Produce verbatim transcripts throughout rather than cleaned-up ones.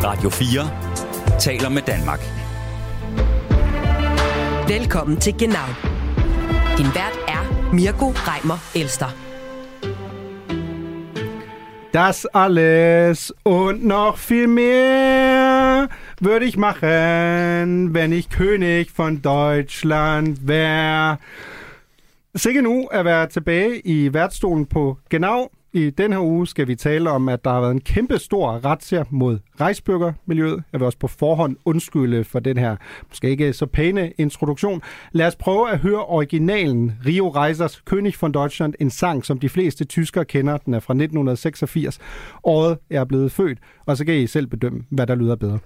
Radio fire taler med Danmark. Velkommen til Genau. Din vært er Mirko Reimer Elster. Das alles und noch viel mehr würde ich machen, wenn ich König von Deutschland wäre. Sikke nu at være tilbage i værtsstolen på Genau. I den her uge skal vi tale om, at der har været en kæmpe stor razzia mod Reichsbürgermiljøet. Jeg vil også på forhånd undskylde for den her måske ikke så pæne introduktion. Lad os prøve at høre originalen Rio Reisers König von Deutschland, en sang, som de fleste tyskere kender. Den er fra nitten seksogfirs. Året jeg er blevet født, og så kan I selv bedømme, hvad der lyder bedre.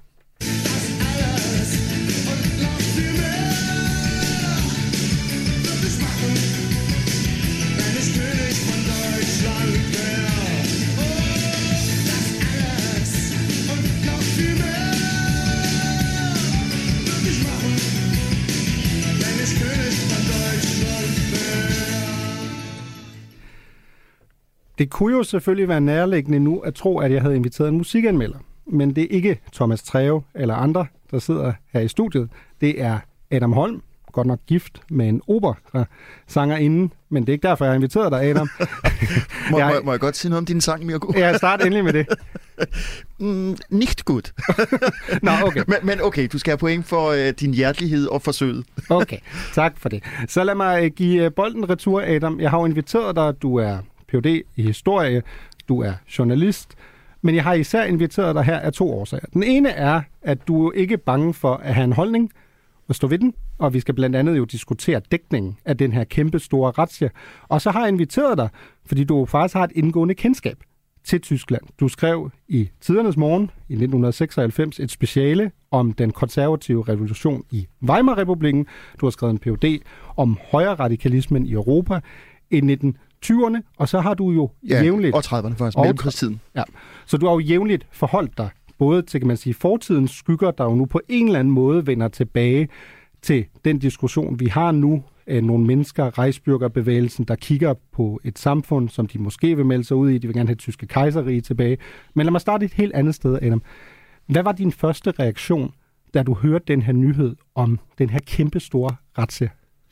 Det kunne jo selvfølgelig være nærliggende nu at tro, at jeg havde inviteret en musikanmelder. Men det er ikke Thomas Treve eller andre, der sidder her i studiet. Det er Adam Holm, godt nok gift med en opera-sangerinde, men det er ikke derfor, jeg har inviteret dig, Adam. må, jeg... må, må jeg godt sige noget om din sang, Mirko? Ja, start endelig med det. mm, nicht gut. Nå, okay. Men, men okay, du skal have point for øh, din hjertelighed og forsøget. Okay, tak for det. Så lad mig give bolden retur, Adam. Jeg har jo inviteret dig, du er P H D i historie, du er journalist, men jeg har især inviteret dig her af to årsager. Den ene er, at du ikke er bange for at have en holdning og stå ved den, og vi skal blandt andet jo diskutere dækningen af den her kæmpe store razzia. Og så har jeg inviteret dig, fordi du faktisk har et indgående kendskab til Tyskland. Du skrev i Tidernes Morgen i nitten seksoghalvfems et speciale om den konservative revolution i Weimar-republikken. Du har skrevet en P H D om højreradikalismen i Europa i nitten tyverne, og så har du jo ja, jævnligt... og trediverne faktisk, mellemkrigstiden. Ja, så du har jo jævnligt forholdt dig både til, kan man sige, fortidens skygger, der jo nu på en eller anden måde vender tilbage til den diskussion, vi har nu af nogle mennesker, Reichsbürgerbevægelsen, der kigger på et samfund, som de måske vil melde sig ud i. De vil gerne have tyske kejserrige tilbage. Men lad mig starte et helt andet sted, Adam. Hvad var din første reaktion, da du hørte den her nyhed om den her kæmpe store razzia?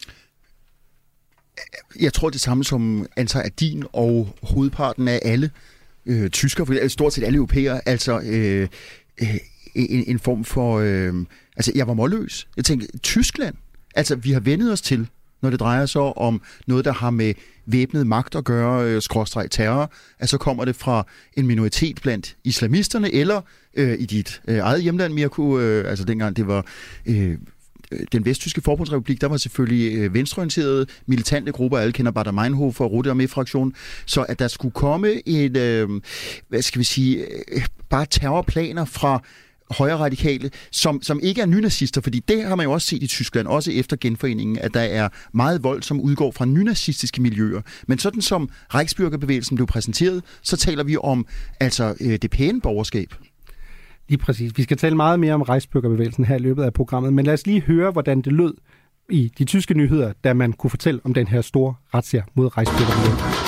Jeg tror det samme som antager af din og hovedparten af alle øh, tyskere, stort set alle europæere, altså øh, øh, en, en form for... Øh, altså, jeg var målløs. Jeg tænkte, Tyskland, altså vi har vendet os til, når det drejer sig om noget, der har med væbnet magt at gøre, øh, skråstreg terror, altså så kommer det fra en minoritet blandt islamisterne, eller øh, i dit øh, eget hjemland, Mirko, øh, altså dengang det var... Øh, Den vesttyske forbundsrepublik, der var selvfølgelig øh, venstreorienterede militante grupper, alle kender Baader Meinhof og Rote Armee-fraktionen, så at der skulle komme et, øh, hvad skal vi sige, øh, bare terrorplaner fra højre radikale, som, som ikke er nynazister, fordi det har man jo også set i Tyskland, også efter genforeningen, at der er meget vold, som udgår fra nynazistiske miljøer. Men sådan som Reichsbürgerbevægelsen blev præsenteret, så taler vi om altså øh, det pæne borgerskab. Lige præcis. Vi skal tale meget mere om Reichsbürgerbevægelsen her i løbet af programmet, men lad os lige høre, hvordan det lød i de tyske nyheder, da man kunne fortælle om den her store razzia mod Reichsbürgerbevægelsen.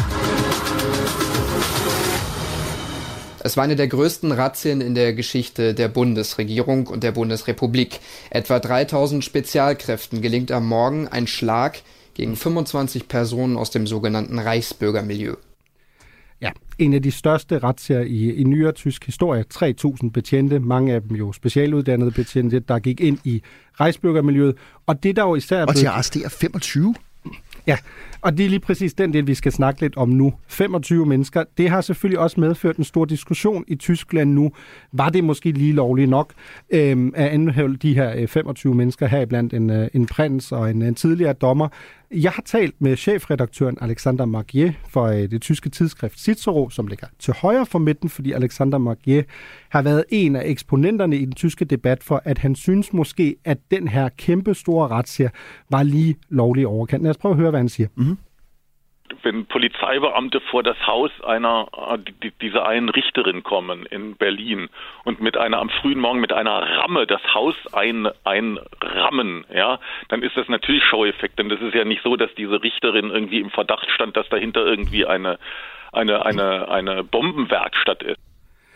Es war eine der größten Razzien in der Geschichte der Bundesregierung und der Bundesrepublik. Etwa dreitausend Spezialkräften gelingt am Morgen ein Schlag gegen femogtyve Personen aus dem sogenannten Reichsbürgermiljø. Ja, en af de største razzier i, i nyere tysk historie. tre tusind betjente, mange af dem jo specialuddannede betjente, der gik ind i Reichsbürgermiljøet. Og det der jo især... Og til at arrestere femogtyve? Ja, og det er lige præcis den del, vi skal snakke lidt om nu. femogtyve mennesker, det har selvfølgelig også medført en stor diskussion i Tyskland nu. Var det måske lige lovligt nok øhm, at anholde de her femogtyve mennesker, heriblandt en, en prins og en, en tidligere dommer? Jeg har talt med chefredaktøren Alexander Margier for øh, det tyske tidsskrift Cicero, som ligger til højre for midten, fordi Alexander Margier har været en af eksponenterne i den tyske debat for, at han synes måske, at den her kæmpe store razzia var lige lovlig overkant. Lad os prøve at høre, hvad han siger. Mm-hmm. Wenn Polizeibeamte vor das Haus einer dieser einen Richterin kommen in Berlin und mit einer am frühen Morgen mit einer Ramme das Haus ein, einrammen, ja, dann ist das natürlich Show-Effekt, denn das ist ja nicht so, dass diese Richterin irgendwie im Verdacht stand, dass dahinter irgendwie eine eine eine eine Bombenwerkstatt ist.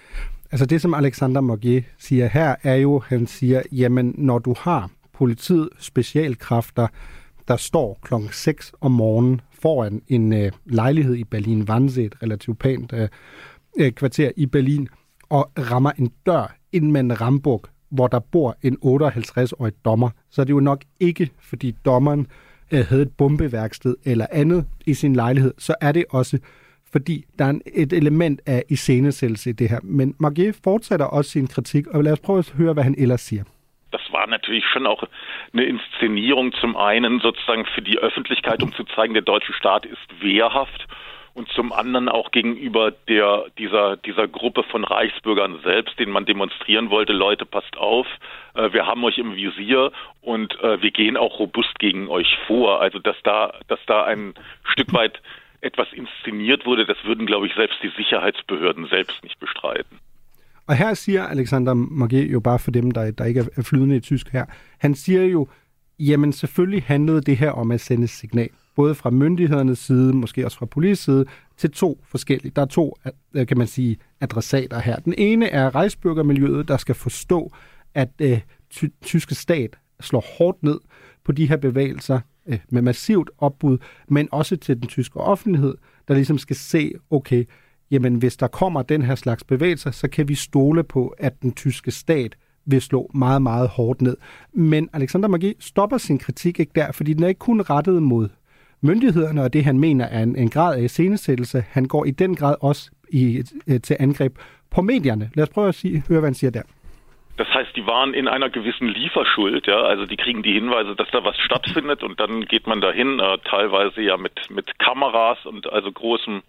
Altså det, som Alexander Morgier siger her, er jo, han siger, jamen når du har politiet specialkræfter, der står klokken seks om morgenen foran en øh, lejlighed i Berlin-Wannsee, et relativt pænt øh, kvarter i Berlin, og rammer en dør ind med en rambuk, hvor der bor en otteoghalvtreds-årig dommer, så er det jo nok ikke, fordi dommeren øh, havde et bombeværksted eller andet i sin lejlighed, så er det også, fordi der er et element af iscenesættelse i det her. Men Morgier fortsætter også sin kritik, og lad os prøve at høre, hvad han ellers siger. Das war natürlich schon auch eine Inszenierung, zum einen sozusagen für die Öffentlichkeit, um zu zeigen, der deutsche Staat ist wehrhaft, und zum anderen auch gegenüber der, dieser, dieser Gruppe von Reichsbürgern selbst, denen man demonstrieren wollte, Leute, passt auf, äh, wir haben euch im Visier und äh, wir gehen auch robust gegen euch vor. Also dass da, dass da ein Stück weit etwas inszeniert wurde, das würden, glaube ich, selbst die Sicherheitsbehörden selbst nicht bestreiten. Og her siger Alexander Morgier jo bare for dem, der, der ikke er flydende i tysk her, han siger jo, jamen selvfølgelig handlede det her om at sende signal, både fra myndighedernes side, måske også fra politisk side, til to forskellige. Der er to, kan man sige, adressater her. Den ene er rejsbürgermiljøet, der skal forstå, at øh, ty- tyske stat slår hårdt ned på de her bevægelser øh, med massivt opbud, men også til den tyske offentlighed, der ligesom skal se, okay, jamen hvis der kommer den her slags bevægelser, så kan vi stole på, at den tyske stat vil slå meget, meget hårdt ned. Men Alexander Morgier stopper sin kritik ikke der, fordi den er ikke kun rettet mod myndighederne, og det han mener er en, en grad af iscenesættelse. Han går i den grad også i, til angreb på medierne. Lad os prøve at sige, høre, hvad han siger der. Das heißt, die waren in einer gewissen Lieferschuld, ja, also die kriegen die Hinweise, dass da was stattfindet, und dann geht man dahin, äh, teilweise ja mit, mit Kameras und also großem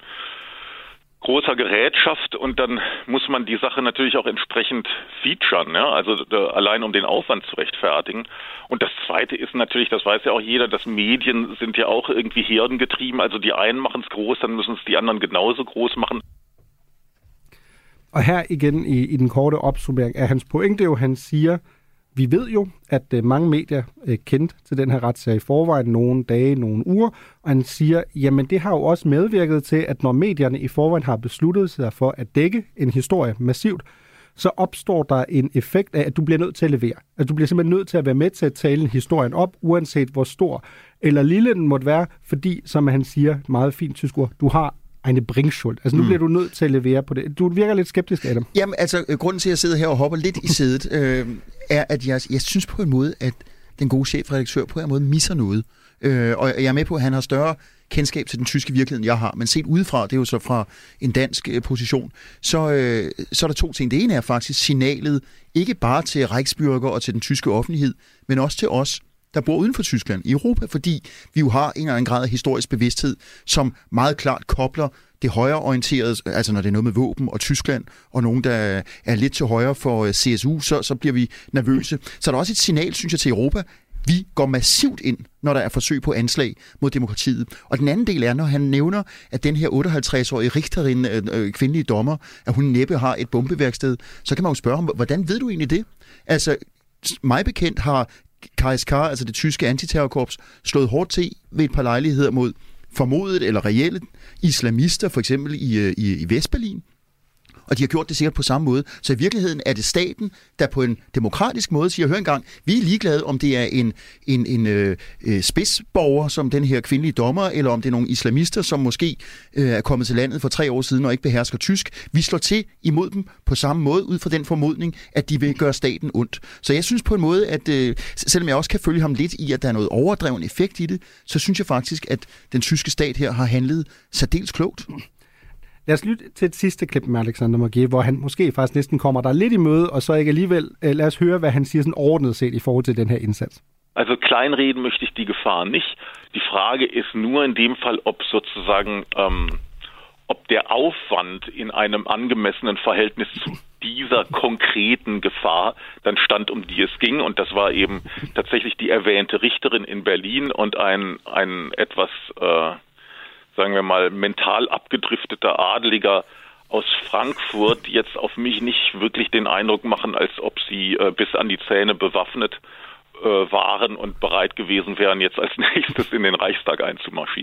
großer Gerätschaft, und dann muss man die Sache natürlich auch entsprechend featuren, ja, also da, allein um den Aufwand zu rechtfertigen. Und das Zweite ist natürlich, das weiß ja auch jeder, dass Medien sind ja auch irgendwie herdengetrieben, also die einen machen es groß, dann müssen es die anderen genauso groß machen. Og her igen i, i den korte opsummering er hans pointe jo, han siger, vi ved jo, at uh, mange medier uh, kendte til den her retssag i forvejen nogle dage, nogle uger, og han siger, jamen det har jo også medvirket til, at når medierne i forvejen har besluttet sig for at dække en historie massivt, så opstår der en effekt af, at du bliver nødt til at levere. At du bliver simpelthen nødt til at være med til at tale historien op, uanset hvor stor eller lille den måtte være, fordi, som han siger, meget fint tysk ord, du har eine Bringschuld. Altså nu mm. bliver du nødt til at levere på det. Du virker lidt skeptisk, Adam. Jamen altså, grunden til at jeg sidder her og hopper lidt i sædet, øh, er, at jeg, jeg synes på en måde, at den gode chefredaktør på en måde misser noget. Øh, og jeg er med på, at han har større kendskab til den tyske virkelighed, end jeg har. Men set udefra, det er jo så fra en dansk øh, position, så, øh, så er der to ting. Det ene er faktisk signalet, ikke bare til Reichsbürger og til den tyske offentlighed, men også til os, der bor uden for Tyskland i Europa, fordi vi jo har en eller anden grad af historisk bevidsthed, som meget klart kobler det højreorienterede, altså når det er noget med våben og Tyskland, og nogen, der er lidt til højre for C S U, så, så bliver vi nervøse. Så er der også et signal, synes jeg, til Europa. Vi går massivt ind, når der er forsøg på anslag mod demokratiet. Og den anden del er, når han nævner, at den her otteoghalvtreds-årige Richterin, øh, kvindelige dommer, at hun næppe har et bombeværksted, så kan man jo spørge ham, hvordan ved du egentlig det? Altså, mig bekendt har K S K, altså det tyske antiterrorkorps, slået hårdt til ved et par lejligheder mod formodet eller reelle islamister, for eksempel i, i, i Vestberlin. Og de har gjort det sikkert på samme måde. Så i virkeligheden er det staten, der på en demokratisk måde siger, hør engang, vi er ligeglade, om det er en, en, en øh, spidsborger, som den her kvindelige dommer, eller om det er nogle islamister, som måske øh, er kommet til landet for tre år siden og ikke behersker tysk. Vi slår til imod dem på samme måde, ud fra den formodning, at de vil gøre staten ondt. Så jeg synes på en måde, at øh, selvom jeg også kan følge ham lidt i, at der er noget overdreven effekt i det, så synes jeg faktisk, at den tyske stat her har handlet særdeles klogt. Lad os lytte til et sidste klip med Alexander Morgier, hvor han måske faktisk næsten kommer der lidt i møde, og så ikke alligevel. Lad os høre, hvad han siger sådan ordnet set i forhold til den her indsats. Also kleinreden möchte ich die Gefahr nicht. Die Frage ist nur in dem Fall, ob sozusagen, ähm, ob der Aufwand in einem angemessenen Verhältnis zu dieser konkreten Gefahr dann stand, um die es ging. Und das war eben tatsächlich die erwähnte Richterin in Berlin und ein, ein etwas... Äh, sagen wir mal, mental abgedrifteter Adeliger aus Frankfurt, die jetzt auf mich nicht wirklich den Eindruck machen, als ob sie äh, bis an die Zähne bewaffnet äh, waren und bereit gewesen wären, jetzt als nächstes in den Reichstag einzumarschieren.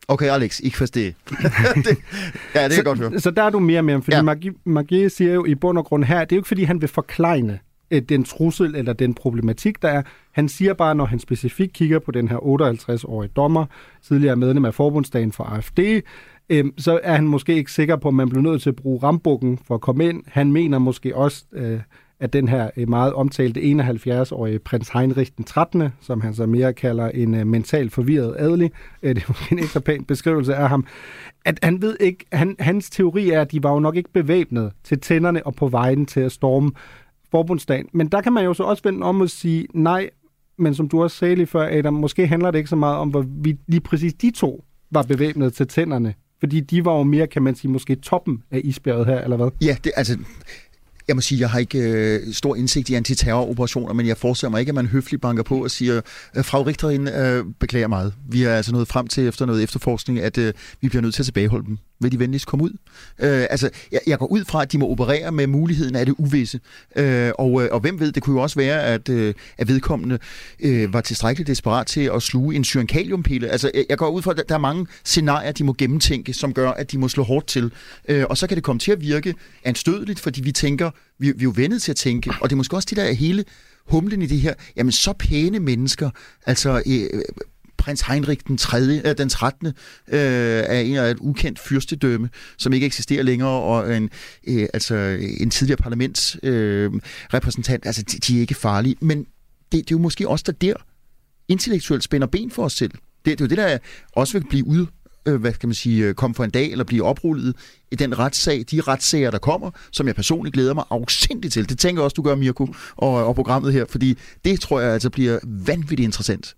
Okay, Alex, ikke forstå det. det. Ja, det er så, godt høre. Så der er du mere med, fordi Ja. Marguet siger jo i bund og grund her, det er jo ikke fordi, han vil forklejne øh, den trussel eller den problematik, der er. Han siger bare, når han specifikt kigger på den her otteoghalvtreds-årige dommer, tidligere medlem af forbundsdagen for A F D, øh, så er han måske ikke sikker på, at man bliver nødt til at bruge rambukken for at komme ind. Han mener måske også, øh, at den her meget omtalte enoghalvfjerds-årige prins Heinrich den trettende, som han så mere kalder en uh, mentalt forvirret adelig, uh, det er måske en ekstra pæn beskrivelse af ham, at han ved ikke, han, hans teori er, at de var jo nok ikke bevæbnet til tænderne og på vejen til at storme forbundsdagen. Men der kan man jo så også vende om og sige, nej, men som du også sagde lige før, Adam, måske handler det ikke så meget om, hvor vi lige præcis de to var bevæbnet til tænderne, fordi de var jo mere, kan man sige, måske toppen af isbjerget her, eller hvad? Ja, det, altså... Jeg må sige, jeg har ikke øh, stor indsigt i antiterroroperationer, men jeg forestiller mig ikke, at man høfligt banker på og siger, Frau Richterin, øh, beklager meget. Vi er altså nået frem til efter noget efterforskning, at øh, vi bliver nødt til at tilbageholde dem. Vil de venligst komme ud? Øh, altså, jeg, jeg går ud fra, at de må operere med muligheden af det uvisse. Øh, og, øh, og hvem ved, det kunne jo også være, at, øh, at vedkommende øh, var tilstrækkeligt desperat til at sluge en syrenkaliumpille. Altså, jeg, jeg går ud fra, at der er mange scenarier, de må gennemtænke, som gør, at de må slå hårdt til. Øh, og så kan det komme til at virke anstødeligt, fordi vi tænker, vi, vi er jo vendet til at tænke, og det er måske også det der hele humlen i det her, jamen så pæne mennesker, altså øh, prins Heinrich den, tredje, øh, den trettende øh, er en af et ukendt fyrstedømme, som ikke eksisterer længere, og en, øh, altså, en tidligere parlamentsrepræsentant, øh, altså de, de er ikke farlige, men det, det er jo måske også der der intellektuelt spænder ben for os selv. Det, det er jo det, der også vil blive ude hvad kan man sige, komme for en dag, eller blive oprullet i den retssag, de retssager, der kommer, som jeg personligt glæder mig afsindigt til. Det tænker jeg også, du gør, Mirko, og, og programmet her, fordi det tror jeg altså bliver vanvittigt interessant.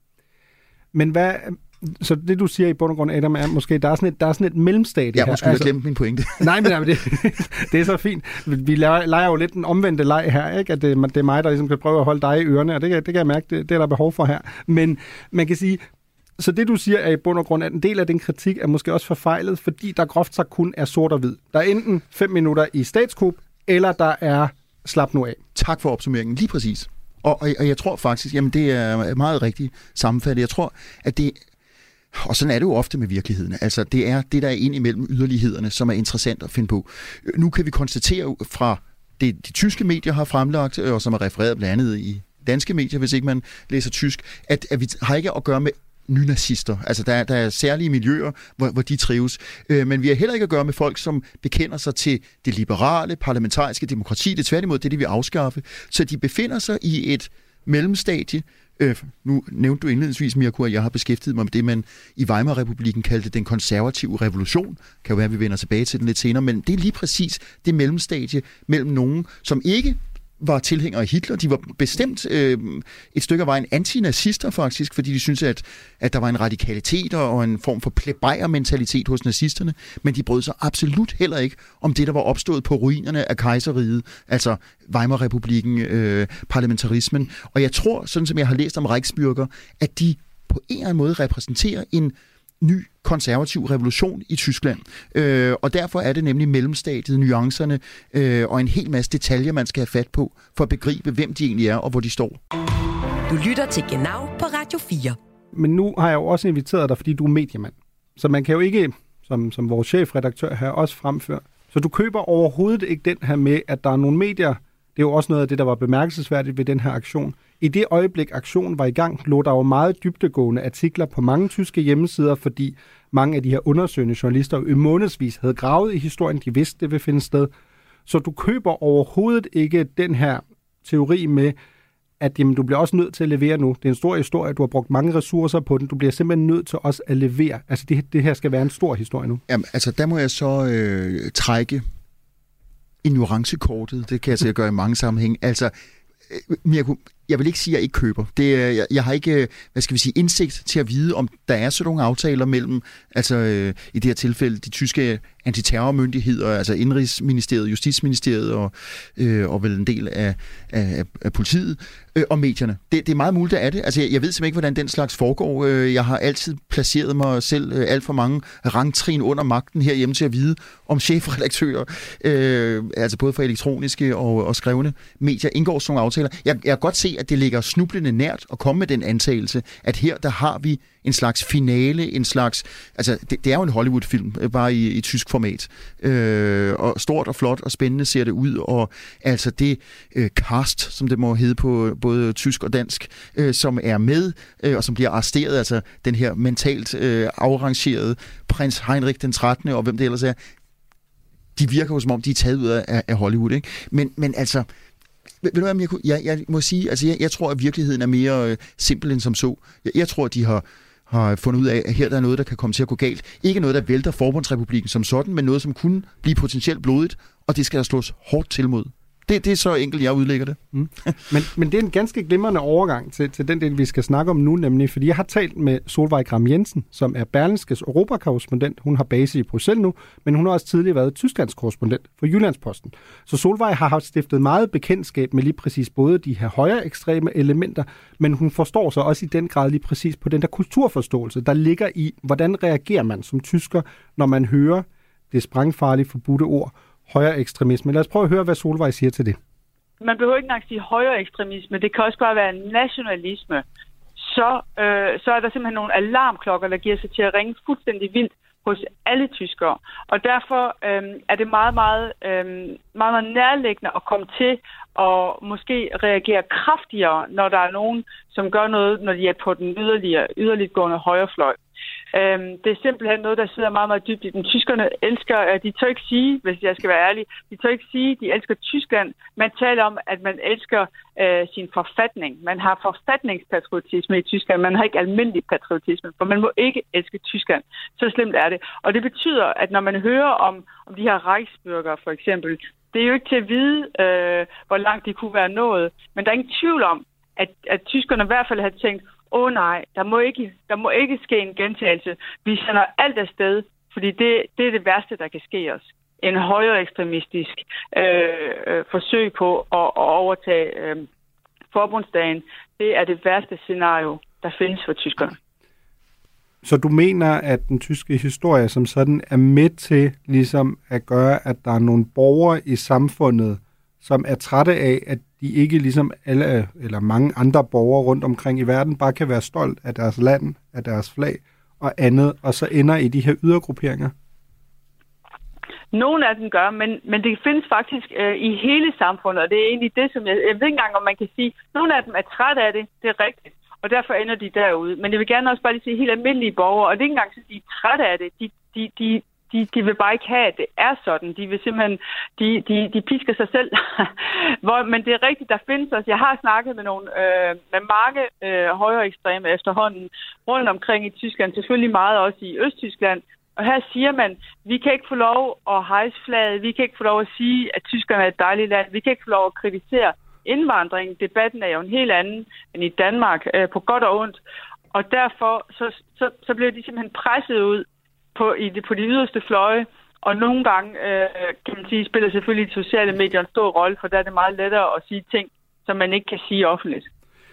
Men hvad... Så det, du siger i bund og grund, Adam, er måske, der er sådan et, der er sådan et mellemstadie her. Ja, måske altså, jeg glemte min pointe. nej, men, nej, men det, det er så fint. Vi leger, leger jo lidt den omvendte leg her, ikke? At det, det er mig, der ligesom kan prøve at holde dig i ørerne, og det, det kan jeg mærke, det, det er der behov for her. Men man kan sige, så det, du siger, er i bund og grund, at en del af den kritik er måske også forfejlet, fordi der groft sagt kun er sort og hvid. Der er enten fem minutter i statskup, eller der er slap nu af. Tak for opsummeringen, lige præcis. Og, og, og jeg tror faktisk, jamen det er meget rigtigt sammenfattet. Jeg tror, at det, og sådan er det jo ofte med virkeligheden, altså det er det, der er ind imellem yderlighederne, som er interessant at finde på. Nu kan vi konstatere fra det, de tyske medier har fremlagt, og som er refereret blandt andet i danske medier, hvis ikke man læser tysk, at, at vi har ikke at gøre med nynazister. Altså, der er, der er særlige miljøer, hvor, hvor de trives. Øh, men vi har heller ikke at gøre med folk, som bekender sig til det liberale, parlamentariske demokrati. Det er tværtimod det, de vil afskaffe. Så de befinder sig i et mellemstadie. Øh, nu nævnte du indledningsvis, Mirko, at jeg har beskæftiget mig med det, man i Weimar-republikken kaldte den konservative revolution. Kan jo være, at vi vender tilbage til den lidt senere, men det er lige præcis det mellemstadie mellem nogen, som ikke var tilhængere af Hitler. De var bestemt øh, et stykke af vejen antinazister faktisk, fordi de syntes, at, at der var en radikalitet og en form for plebejer-mentalitet hos nazisterne, men de brød sig absolut heller ikke om det, der var opstået på ruinerne af kejserriget, altså Weimar-republikken, øh, parlamentarismen. Og jeg tror, sådan som jeg har læst om Reichsbürger, at de på en eller anden måde repræsenterer en ny konservativ revolution i Tyskland. Øh, og derfor er det nemlig mellemstadiet, nuancerne øh, og en hel masse detaljer, man skal have fat på, for at begribe, hvem de egentlig er og hvor de står. Du lytter til Genau på Radio fire. Men nu har jeg jo også inviteret dig, fordi du er mediemand. Så man kan jo ikke, som, som vores chefredaktør her også fremfører, så du køber overhovedet ikke den her med, at der er nogle medier. Det er jo også noget af det, der var bemærkelsesværdigt ved den her aktion. I det øjeblik, aktionen var i gang, lå der jo meget dybdegående artikler på mange tyske hjemmesider, fordi mange af de her undersøgende journalister i månedsvis havde gravet i historien. De vidste, det vil finde sted. Så du køber overhovedet ikke den her teori med, at jamen, du bliver også nødt til at levere nu. Det er en stor historie, du har brugt mange ressourcer på den. Du bliver simpelthen nødt til også at levere. Altså, det, det her skal være en stor historie nu. Jamen, altså, der må jeg så øh, trække ignorancekortet. Det kan jeg så gøre i mange sammenhæng. Altså, øh, Mirko, jeg vil ikke sige, at jeg ikke køber. Det, jeg, jeg har ikke, hvad skal vi sige, indsigt til at vide, om der er sådan nogle aftaler mellem, altså øh, i det her tilfælde, de tyske antiterrormyndigheder, altså Indrigsministeriet, Justitsministeriet og, øh, og vel en del af, af, af politiet øh, og medierne. Det, det er meget muligt, der er det. Altså, jeg, jeg ved simpelthen ikke, hvordan den slags foregår. Jeg har altid placeret mig selv øh, alt for mange rangtrin under magten herhjemme til at vide om chefredaktører, øh, altså både for elektroniske og, og skrevne medier, indgår sådan nogle aftaler. Jeg, jeg kan godt se, at det ligger snublende nært at komme med den antagelse, at her der har vi en slags finale, en slags... Altså, det, det er jo en Hollywood-film, bare i, i tysk format. Øh, og stort og flot og spændende ser det ud, og altså det øh, cast, som det må hedde på både tysk og dansk, øh, som er med, øh, og som bliver arresteret, altså den her mentalt øh, afrangerede prins Heinrich den trettende, og hvem det ellers er, de virker jo som om, de er taget ud af, af Hollywood, ikke? Men, men altså... Ved du hvad, jeg, jeg, jeg må sige, altså jeg, jeg tror, at virkeligheden er mere øh, simpel end som så. Jeg, jeg tror, at de har, har fundet ud af, at her der er noget, der kan komme til at gå galt. Ikke noget, der vælter Forbundsrepublikken som sådan, men noget, som kunne blive potentielt blodigt, og det skal der slås hårdt til mod. Det, det er så enkelt, jeg udlægger det. Mm. men, men det er en ganske glimrende overgang til, til den del, vi skal snakke om nu, nemlig fordi jeg har talt med Solveig Gram Jensen, som er Berlingskes Europakorrespondent. Hun har base i Bruxelles nu, men hun har også tidligere været Tysklands korrespondent for Jyllandsposten. Så Solveig har haft stiftet meget bekendtskab med lige præcis både de her højere ekstreme elementer, men hun forstår sig også i den grad lige præcis på den der kulturforståelse, der ligger i, hvordan reagerer man som tysker, når man hører det sprængfarlige forbudte ord, højere ekstremisme. Lad os prøve at høre, hvad Solveig siger til det. Man behøver ikke engang sige højere ekstremisme. Det kan også bare være nationalisme. Så, øh, så er der simpelthen nogle alarmklokker, der giver sig til at ringe fuldstændig vildt hos alle tyskere. Og derfor øh, er det meget, meget, øh, meget, meget nærliggende at komme til og måske reagere kraftigere, når der er nogen, som gør noget, når de er på den yderligere, yderliggående højrefløj. Øhm, det er simpelthen noget, der sidder meget, meget dybt i den. Tyskerne elsker, de tør ikke sige, hvis jeg skal være ærlig, de tør ikke sige, de elsker Tyskland. Man taler om, at man elsker øh, sin forfatning. Man har forfatningspatriotisme i Tyskland, man har ikke almindelig patriotisme, for man må ikke elske Tyskland. Så slemt er det. Og det betyder, at når man hører om, om de her Reichsbürger for eksempel, det er jo ikke til at vide, øh, hvor langt de kunne være nået, men der er ingen tvivl om, at, at tyskerne i hvert fald har tænkt, åh oh, nej, der må, ikke, der må ikke ske en gentagelse. Vi sender alt afsted, fordi det, det er det værste, der kan ske os. En højere ekstremistisk øh, øh, forsøg på at, at overtage øh, forbundsdagen, det er det værste scenario, der findes for tyskerne. Så du mener, at den tyske historie som sådan er med til ligesom at gøre, at der er nogle borgere i samfundet, som er trætte af, at de ikke ligesom alle eller mange andre borgere rundt omkring i verden bare kan være stolt af deres land, af deres flag og andet, og så ender i de her ydergrupperinger? Nogle af dem gør, men, men det findes faktisk øh, i hele samfundet, og det er egentlig det, som jeg, jeg ved ikke engang, om man kan sige, nogle af dem er trætte af det, det er rigtigt, og derfor ender de derude. Men jeg vil gerne også bare lige sige helt almindelige borgere, og det er ikke engang, at de er trætte af det, de, de, de De, de vil bare ikke have, at det er sådan. De vil simpelthen, de, de, de pisker sig selv. Hvor, men det er rigtigt, der findes også. Jeg har snakket med nogle, øh, med mange øh, højere ekstreme efterhånden rundt omkring i Tyskland, selvfølgelig meget også i Østtyskland. Og her siger man, vi kan ikke få lov at hejse flaget, vi kan ikke få lov at sige, at tyskerne er et dejligt land, vi kan ikke få lov at kritisere indvandring. Debatten er jo en helt anden end i Danmark, øh, på godt og ondt. Og derfor så, så, så bliver de simpelthen presset ud På, i det, på de yderste fløje, og nogle gange øh, kan man sige, spiller selvfølgelig de sociale medier en stor rolle, for der er det meget lettere at sige ting, som man ikke kan sige offentligt.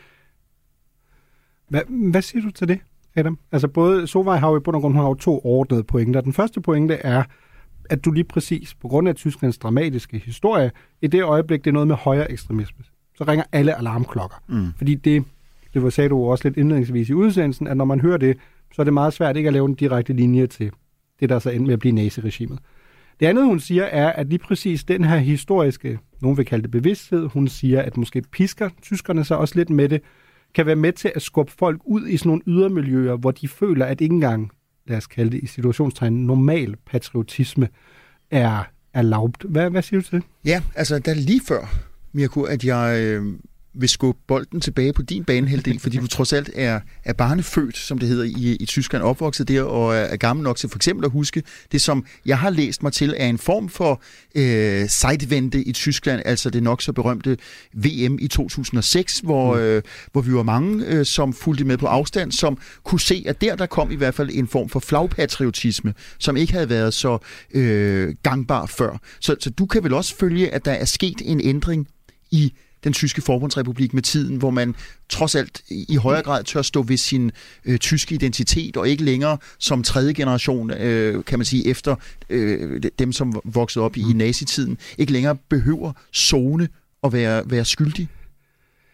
Hvad, hvad siger du til det, Adam? Altså både Solveig har jo i bund og grund, hun har jo to overordnede pointer. Den første pointe er, at du lige præcis, på grund af Tysklands dramatiske historie, i det øjeblik, det er noget med højere ekstremisme, så ringer alle alarmklokker. Mm. Fordi det, det var, sagde du også lidt indledningsvis i udsendelsen, at når man hører det, så er det meget svært ikke at lave en direkte linje til det, der så endte med at blive naziregimet. Det andet, hun siger, er, at lige præcis den her historiske, nogen vil kalde det bevidsthed, hun siger, at måske pisker tyskerne så også lidt med det, kan være med til at skubbe folk ud i sådan nogle ydermiljøer, hvor de føler, at ikke engang, lad os kalde det i situationstegn, normal patriotisme er, er lavt. Hvad, hvad siger du til det? Ja, altså der lige før, Mirko, at jeg øh, vil skubbe bolden tilbage på din banehalvdel, fordi du trods alt er, er barnefødt, som det hedder i, i Tyskland, opvokset der, og er, er gammel nok til for eksempel at huske det, som jeg har læst mig til, er en form for øh, Zeitwende i Tyskland, altså det nok så berømte V M i to tusind og seks, hvor, mm. øh, hvor vi var mange, øh, som fulgte med på afstand, som kunne se, at der, der kom i hvert fald en form for flagpatriotisme, som ikke havde været så øh, gangbar før. Så, så du kan vel også følge, at der er sket en ændring i den tyske forbundsrepublik med tiden, hvor man trods alt i højere grad tør stå ved sin øh, tyske identitet, og ikke længere som tredje generation, øh, kan man sige, efter øh, dem, som voksede op i, i nazitiden, ikke længere behøver zone at være, være skyldig.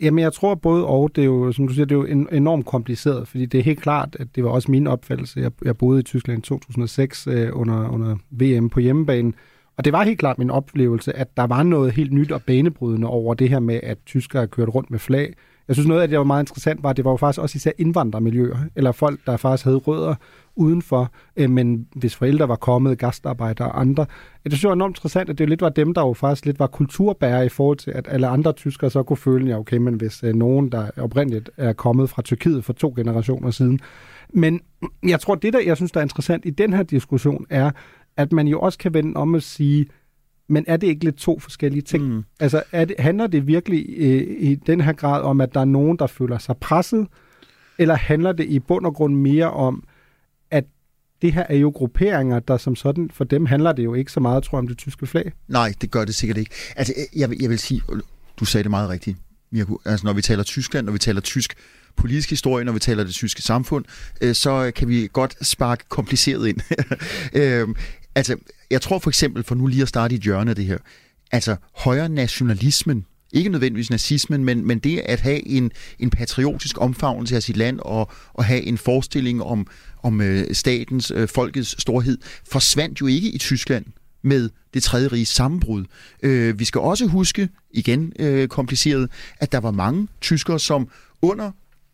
Jamen, jeg tror både og. Det er jo, som du siger, det er jo en, enormt kompliceret, fordi det er helt klart, at det var også min opfattelse. Jeg, jeg boede i Tyskland i to tusind og seks øh, under, under V M på hjemmebanen, og det var helt klart min oplevelse, at der var noget helt nyt og banebrydende over det her med, at tyskere kørte rundt med flag. Jeg synes, noget af det, der var meget interessant, var, at det var jo faktisk også især indvandrermiljøer, eller folk, der faktisk havde rødder udenfor, øh, men hvis forældre var kommet, gastarbejdere og andre. Det synes jeg var enormt interessant, at det lidt var dem, der jo faktisk lidt var kulturbærere i forhold til, at alle andre tyskere så kunne føle, ja okay, men hvis øh, nogen, der oprindeligt er kommet fra Tyrkiet for to generationer siden. Men jeg tror, det der, jeg synes, der er interessant i den her diskussion, er, at man jo også kan vende om at sige, men er det ikke lidt to forskellige ting? Mm. Altså, er det, handler det virkelig øh, i den her grad om, at der er nogen, der føler sig presset, eller handler det i bund og grund mere om, at det her er jo grupperinger, der som sådan, for dem handler det jo ikke så meget, tror jeg, om det tyske flag? Nej, det gør det sikkert ikke. Altså, jeg, jeg vil sige, du sagde det meget rigtigt, Mirko. Altså, når vi taler Tyskland, når vi taler tysk politisk historie, når vi taler det tyske samfund, øh, så kan vi godt sparke kompliceret ind. øh, altså, jeg tror for eksempel, for nu lige at starte i et hjørne af det her, altså højre nationalismen, ikke nødvendigvis nazismen, men, men det at have en, en patriotisk omfavnelse af sit land og, og have en forestilling om, om øh, statens, øh, folkets storhed, forsvandt jo ikke i Tyskland med det tredje riges sammenbrud. Øh, vi skal også huske, igen øh, kompliceret, at der var mange tyskere, som under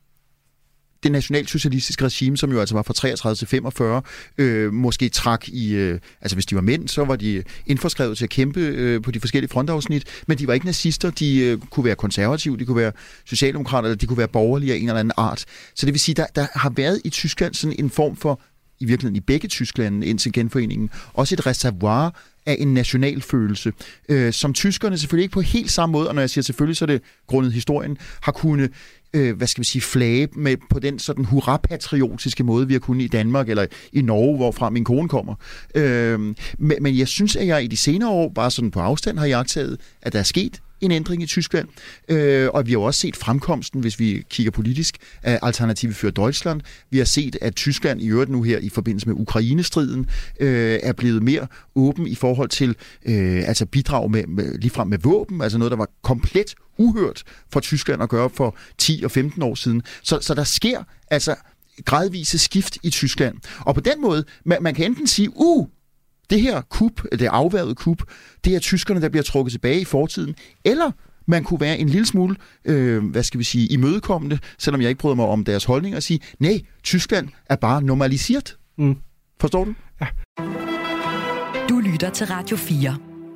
det nationalsocialistiske regime, som jo altså var fra treogtredive til femogfyrre, øh, måske trak i, øh, altså hvis de var mænd, så var de indforskrevet til at kæmpe øh, på de forskellige frontafsnit, men de var ikke nazister, de øh, kunne være konservative, de kunne være socialdemokrater, eller de kunne være borgerlige af en eller anden art. Så det vil sige, der, der har været i Tyskland sådan en form for, i virkeligheden i begge Tysklande indtil genforeningen, også et reservoir af en nationalfølelse, øh, som tyskerne selvfølgelig ikke på helt samme måde, og når jeg siger selvfølgelig, så er det grundet historien, har kunnet øh, hvad skal vi sige, flage med på den sådan hurra-patriotiske måde, vi har kunnet i Danmark, eller i Norge, hvorfra min kone kommer. Øh, men, men jeg synes, at jeg i de senere år, bare sådan på afstand, har jagtet, at der er sket en ændring i Tyskland, øh, og vi har også set fremkomsten, hvis vi kigger politisk, af Alternative für Deutschland. Vi har set, at Tyskland i øvrigt nu her i forbindelse med Ukrainestriden øh, er blevet mere åben i forhold til øh, altså bidrag med, med, ligefrem med våben, altså noget, der var komplet uhørt for Tyskland at gøre for ti og femten år siden. Så, så der sker altså gradvise skift i Tyskland. Og på den måde, man, man kan enten sige, uh, det her kup, det afværgede kup, det er tyskerne, der bliver trukket tilbage i fortiden, eller man kunne være en lille smule, øh, hvad skal vi sige, imødekommende, selvom jeg ikke bryder mig om deres holdning, og sige, nej, Tyskland er bare normaliseret. Mm. Forstår du? Ja. Du lytter til Radio fire.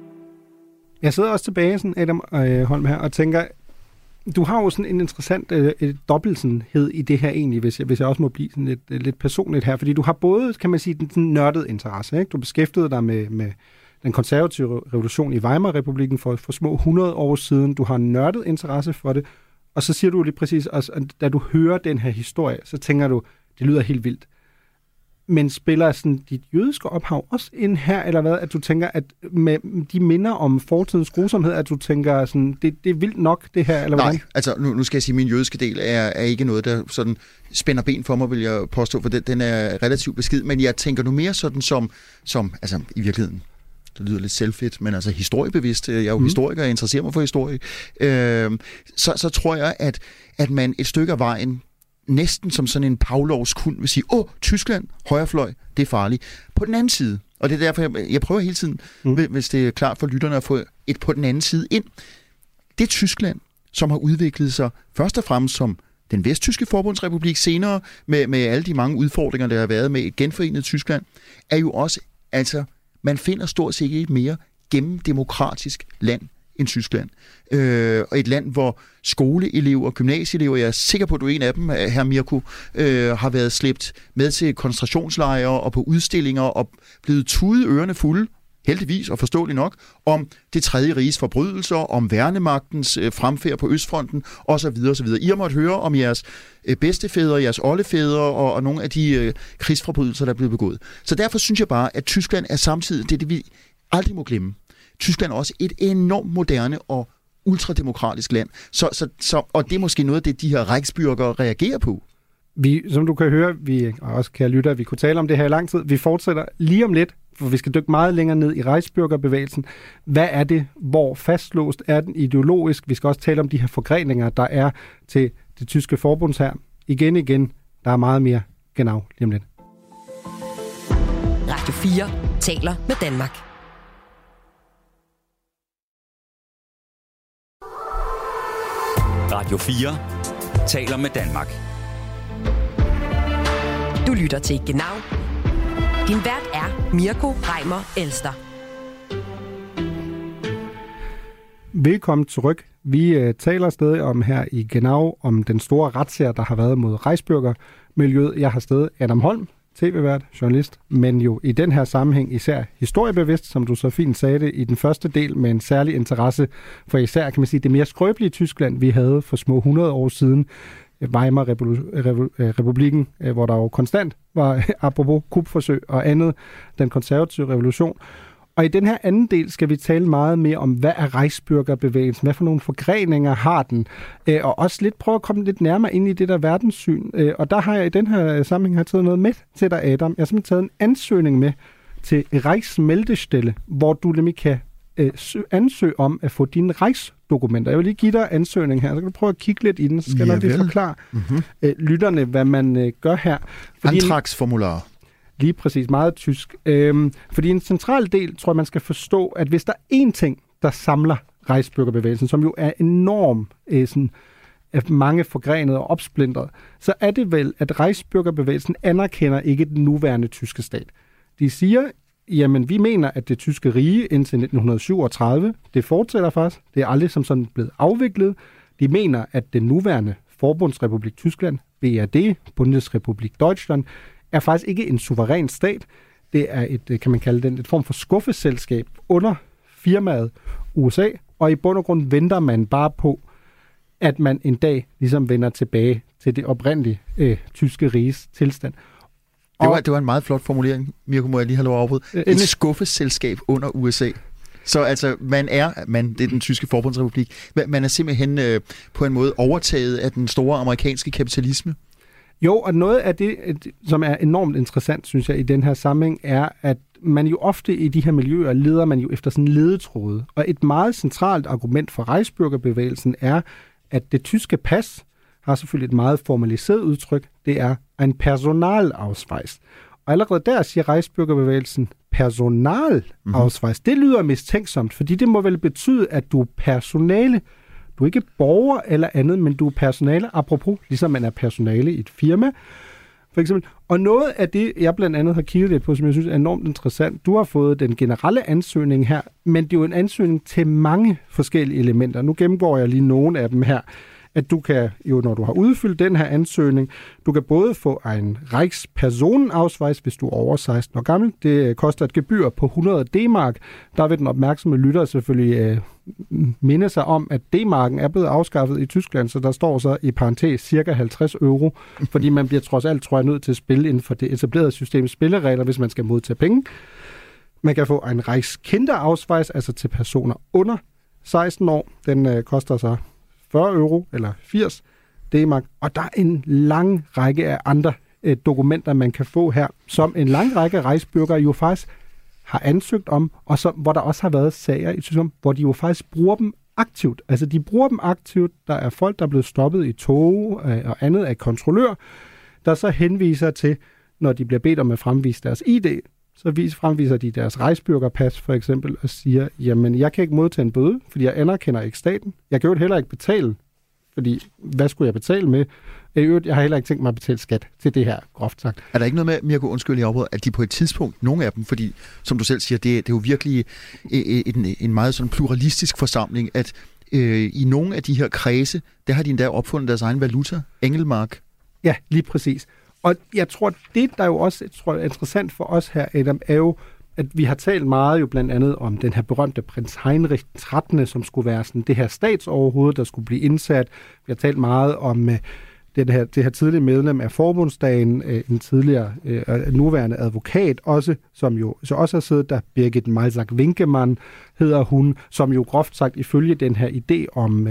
Jeg sidder også tilbage, sådan Adam øh, Holm her, og tænker, du har jo sådan en interessant øh, dobbeltsenhed i det her egentlig, hvis jeg, hvis jeg også må blive sådan lidt, øh, lidt personligt her, fordi du har både, kan man sige, den, den nørdede interesse, ikke? Du beskæftigede dig med, med den konservative revolution i Weimar-republikken for, for små hundrede år siden. Du har en nørdet interesse for det, og så siger du lige præcis, at da du hører den her historie, så tænker du, det lyder helt vildt. Men spiller sådan dit jødiske ophav også ind her, eller hvad? At du tænker, at med de minder om fortidens grusomhed, at du tænker, sådan, det, det er vildt nok, det her, eller Nej, hvordan? altså nu, nu skal jeg sige, at min jødiske del er, er ikke noget, der sådan spænder ben for mig, vil jeg påstå, for den, den er relativt beskid, men jeg tænker nu mere sådan som, som altså i virkeligheden, det lyder lidt selvfedt, men altså historiebevidst, jeg er jo mm. historiker, jeg interesserer mig for historie, øh, så, så tror jeg, at, at man et stykke af vejen, næsten som sådan en Pavlovs hund vil sige, åh, Tyskland, højrefløj, det er farligt. På den anden side, og det er derfor, jeg, jeg prøver hele tiden, mm. hvis det er klart for lytterne, at få et på den anden side ind. Det er Tyskland, som har udviklet sig først og fremmest som den vesttyske forbundsrepublik, senere med, med alle de mange udfordringer, der har været med et genforenet Tyskland, er jo også, altså, man finder stort set ikke et mere gennemdemokratisk land end Tyskland. Øh, og et land, hvor skoleelever og gymnasieelever, jeg er sikker på, at du er en af dem, hr. Mirko, øh, har været slæbt med til koncentrationslejre og på udstillinger og blevet tudet ørerne fulde, heldigvis og forståeligt nok, om det tredje riges forbrydelser, om værnemagtens øh, fremfærd på Østfronten osv. osv. I har måttet høre om jeres øh, bedstefædre, jeres oldefædre og, og nogle af de øh, krigsforbrydelser, der er blevet begået. Så derfor synes jeg bare, at Tyskland er samtidig, det er det, vi aldrig må glemme. Tyskland er også et enormt moderne og ultrademokratisk land. Så, så, så, og det er måske noget af det, de her Reichsbürger reagerer på. Vi, som du kan høre, vi og også kan lytte, vi kunne tale om det her i lang tid. Vi fortsætter lige om lidt for vi skal dykke meget længere ned i Reichsbürgerbevægelsen. Hvad er det? Hvor fastlåst er den ideologisk? Vi skal også tale om de her forgreninger, der er til det tyske forbundshær. Igen, igen, der er meget mere genau lige om lidt. Radio fire taler med Danmark. Radio fire taler med Danmark. Du lytter til Genau. Din vært er Mirko Reimer Elster. Velkommen til ryg. Vi uh, taler stadig om her i Genau, om den store retssager, der har været mod Reichsbürgermiljøet. Jeg har stadig Adam Holm, tv-vært, journalist, men jo i den her sammenhæng især historiebevidst, som du så fint sagde det, i den første del med en særlig interesse for især, kan man sige, det mere skrøbelige Tyskland, vi havde for små hundrede år siden, Weimar-republikken, hvor der jo konstant var, apropos kupforsøg og andet, den konservative revolution. Og i den her anden del skal vi tale meget mere om, hvad er Reichsbürgerbevægelsen, hvad for nogle forgreninger har den, og også lidt prøve at komme lidt nærmere ind i det der verdenssyn. Og der har jeg i den her sammenhæng har taget noget med til dig, Adam. Jeg har simpelthen taget en ansøgning med til Reichsmeldestelle, hvor du nemlig kan ansøge om at få dine Reichsdokumenter. Jeg vil lige give dig ansøgning her, så kan du prøve at kigge lidt i den, så skal jeg nok lige forklare mm-hmm. lytterne, hvad man gør her. Fordi Antragsformular. Lige præcis, meget tysk. Øhm, fordi en central del, tror jeg, man skal forstå, at hvis der er én ting, der samler Reichsbürgerbevægelsen, som jo er enorm, øh, sådan, at mange forgrenede og opsplintret, så er det vel, at Reichsbürgerbevægelsen anerkender ikke den nuværende tyske stat. De siger, jamen vi mener, at det tyske rige indtil nitten syvogtredive, det fortsætter faktisk, det er aldrig som sådan blevet afviklet. De mener, at den nuværende Forbundsrepublik Tyskland, B R D, Bundesrepublik Deutschland, er faktisk ikke en suveræn stat. Det er et, kan man kalde det, et form for skuffeselskab under firmaet U S A, og i bund og grund venter man bare på, at man en dag ligesom vender tilbage til det oprindelige øh, tyske riges tilstand. Det var, det var en meget flot formulering, Mirko, må jeg lige have lov at afbryde. Øh, et skuffeselskab under U S A. Så altså, man er, man, det er den tyske forbundsrepublik, man er simpelthen øh, på en måde overtaget af den store amerikanske kapitalisme. Jo, og noget af det, som er enormt interessant, synes jeg, i den her sammenhæng, er, at man jo ofte i de her miljøer leder man jo efter sådan en ledetråde. Og et meget centralt argument for Reichsbürgerbevægelsen er, at det tyske pas har selvfølgelig et meget formaliseret udtryk. Det er en Personalausweis. Og allerede der siger Reichsbürgerbevægelsen Personalausweis. Mm-hmm. Det lyder mistænksomt, fordi det må vel betyde, at du er personale. Du er ikke borger eller andet, men du er personale, apropos, ligesom man er personale i et firma, for eksempel. Og noget af det, jeg blandt andet har kigget lidt på, som jeg synes er enormt interessant, du har fået den generelle ansøgning her, men det er jo en ansøgning til mange forskellige elementer. Nu gennemgår jeg lige nogle af dem her. At du kan jo, når du har udfyldt den her ansøgning, du kan både få en Reichspersonenausweis, hvis du er over seksten år gammel. Det koster et gebyr på hundrede D-mark. Der vil den opmærksomme lytter selvfølgelig øh, minde sig om, at D-marken er blevet afskaffet i Tyskland, så der står så i parentes cirka halvtreds euro, fordi man bliver trods alt, tror jeg, nødt til at spille inden for det etablerede systems spilleregler, hvis man skal modtage penge. Man kan få en Reichskinderaussweis, altså til personer under seksten år. Den øh, koster så fyrre euro eller firs D-mark, og der er en lang række af andre øh, dokumenter, man kan få her, som en lang række Reichsbürger jo faktisk har ansøgt om, og så, hvor der også har været sager i Tyskland, hvor de jo faktisk bruger dem aktivt. Altså, de bruger dem aktivt. Der er folk, der er blevet stoppet i tog øh, og andet af kontrollør, der så henviser til, når de bliver bedt om at fremvise deres I D, så vis, fremviser de deres Reichsbürgerpas for eksempel og siger, jamen jeg kan ikke modtage en bøde, fordi jeg anerkender ikke staten. Jeg kan jo heller ikke betale, fordi hvad skulle jeg betale med? Jeg har heller ikke tænkt mig at betale skat til det her, groft sagt. Er der ikke noget med, Mirko, undskyld i afbrudet, at de på et tidspunkt, nogle af dem, fordi som du selv siger, det, det er jo virkelig en, en meget sådan pluralistisk forsamling, at øh, i nogle af de her kredse, der har de endda opfundet deres egen valuta, Engelmark. Ja, lige præcis. Og jeg tror, det der jo også tror, er interessant for os her, Adam, er jo, at vi har talt meget jo blandt andet om den her berømte prins Heinrich den trettende, som skulle være sådan det her statsoverhoved, der skulle blive indsat. Vi har talt meget om uh, det, her, det her tidlige medlem af Forbundsdagen, uh, en tidligere uh, nuværende advokat også, som jo så også har siddet der, Birgit Malsack-Winkemann hedder hun, som jo groft sagt ifølge den her idé om uh,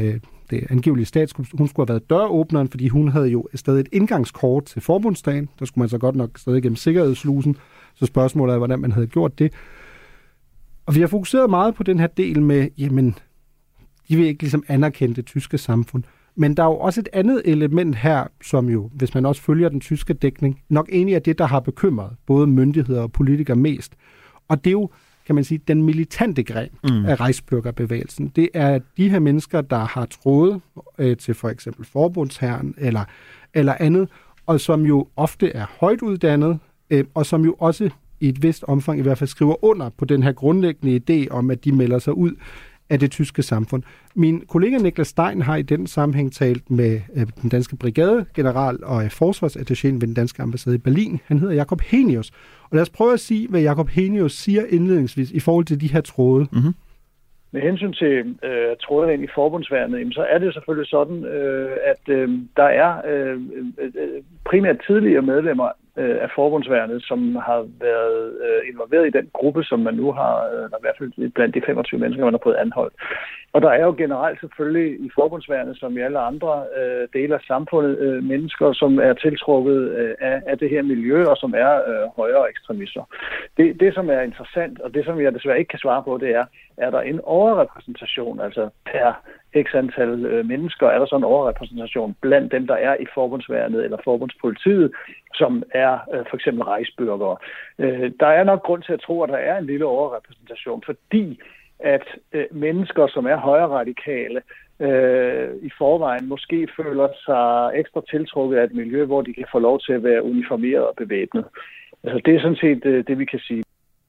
det angivelige statskup. Hun skulle have været døråbneren, fordi hun havde jo stadig et indgangskort til forbundsdagen. Der skulle man så godt nok stadig gennem sikkerhedsslusen. Så spørgsmålet er, hvordan man havde gjort det. Og vi har fokuseret meget på den her del med, jamen, de vil ikke ligesom anerkende det tyske samfund. Men der er jo også et andet element her, som jo, hvis man også følger den tyske dækning, nok egentlig er det, der har bekymret både myndigheder og politikere mest. Og det er jo, kan man sige, den militante gren mm. af Reichsbürgerbevægelsen. Det er de her mennesker, der har trådet øh, til for eksempel forbundshæren eller, eller andet, og som jo ofte er højt uddannet, øh, og som jo også i et vist omfang i hvert fald skriver under på den her grundlæggende idé om, at de melder sig ud af det tyske samfund. Min kollega Niklas Stein har i den sammenhæng talt med øh, den danske brigadegeneral og forsvarsattachéen ved den danske ambassade i Berlin. Han hedder Jakob Henius. Og lad os prøve at sige, hvad Jakob Henius siger indledningsvis i forhold til de her tråde. Mm-hmm. Med hensyn til øh, trådene ind i forbundsværnet, så er det selvfølgelig sådan, øh, at øh, der er øh, øh, primært tidligere medlemmer øh, af forbundsværnet, som har været øh, involveret i den gruppe, som man nu har, øh, i hvert fald blandt de femogtyve mennesker, man har fået anholdt. Og der er jo generelt selvfølgelig i forbundsværnet, som i alle andre øh, dele af samfundet, øh, mennesker, som er tiltrukket øh, af, af det her miljø, og som er øh, højere ekstremister. Det, det, som er interessant, og det, som jeg desværre ikke kan svare på, det er, er der en overrepræsentation, altså per x antal øh, mennesker, er der så en overrepræsentation blandt dem, der er i forbundsværnet eller forbundspolitiet, som er øh, for eksempel Reichsbürger. Øh, der er nok grund til at tro, at der er en lille overrepræsentation, fordi at øh, mennesker, som er højre radikale, øh, i forvejen måske føler sig ekstra tiltrukket af et miljø, hvor de kan få lov til at være uniformeret og bevæbnet. Altså det er sådan set øh, det, vi kan sige.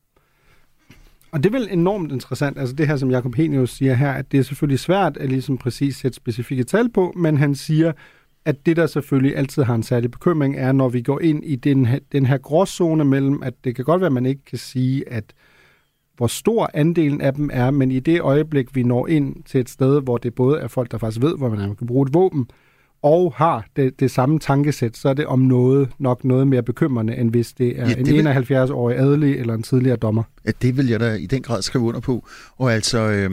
Og det er vel enormt interessant, altså det her, som Jakob Henius siger her, at det er selvfølgelig svært at ligesom præcis sætte specifikke tal på, men han siger, at det, der selvfølgelig altid har en særlig bekymring, er, når vi går ind i den her, den her gråzone mellem, at det kan godt være, at man ikke kan sige, at hvor stor andelen af dem er, men i det øjeblik, vi når ind til et sted, hvor det både er folk, der faktisk ved, hvor man kan bruge et våben, og har det, det samme tankesæt, så er det om noget nok noget mere bekymrende, end hvis det er ja, det en vil... enoghalvfjerds-årig adelig eller en tidligere dommer. Ja, det vil jeg da i den grad skrive under på. Og altså, øh,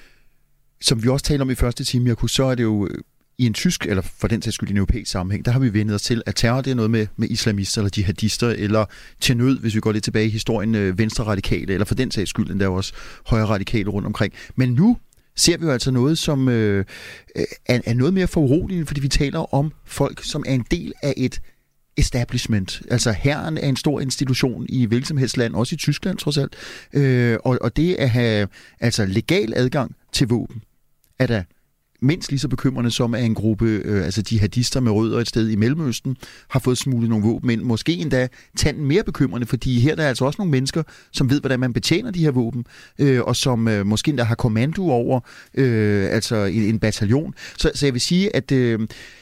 som vi også talte om i første time, Mirko, så er det jo i en tysk, eller for den sags skyld i en europæisk sammenhæng, der har vi vendt os til, at terror det er noget med, med islamister eller jihadister, eller til nød, hvis vi går lidt tilbage i historien, øh, venstre radikale, eller for den sags skyld, endda også højre radikale rundt omkring. Men nu ser vi jo altså noget, som øh, er, er noget mere foruroligende, fordi vi taler om folk, som er en del af et establishment. Altså hæren er en stor institution i hvilket som helst land, også i Tyskland trods alt. Øh, og, og det at have altså legal adgang til våben, er der mindst lige så bekymrende som, at en gruppe øh, altså jihadister med rødder et sted i Mellemøsten har fået smuglet nogle våben ind. Måske endda tanden mere bekymrende, fordi her der er altså også nogle mennesker, som ved, hvordan man betjener de her våben, øh, og som øh, måske endda har kommando over øh, altså en, en bataljon. Så, så jeg vil sige, at øh,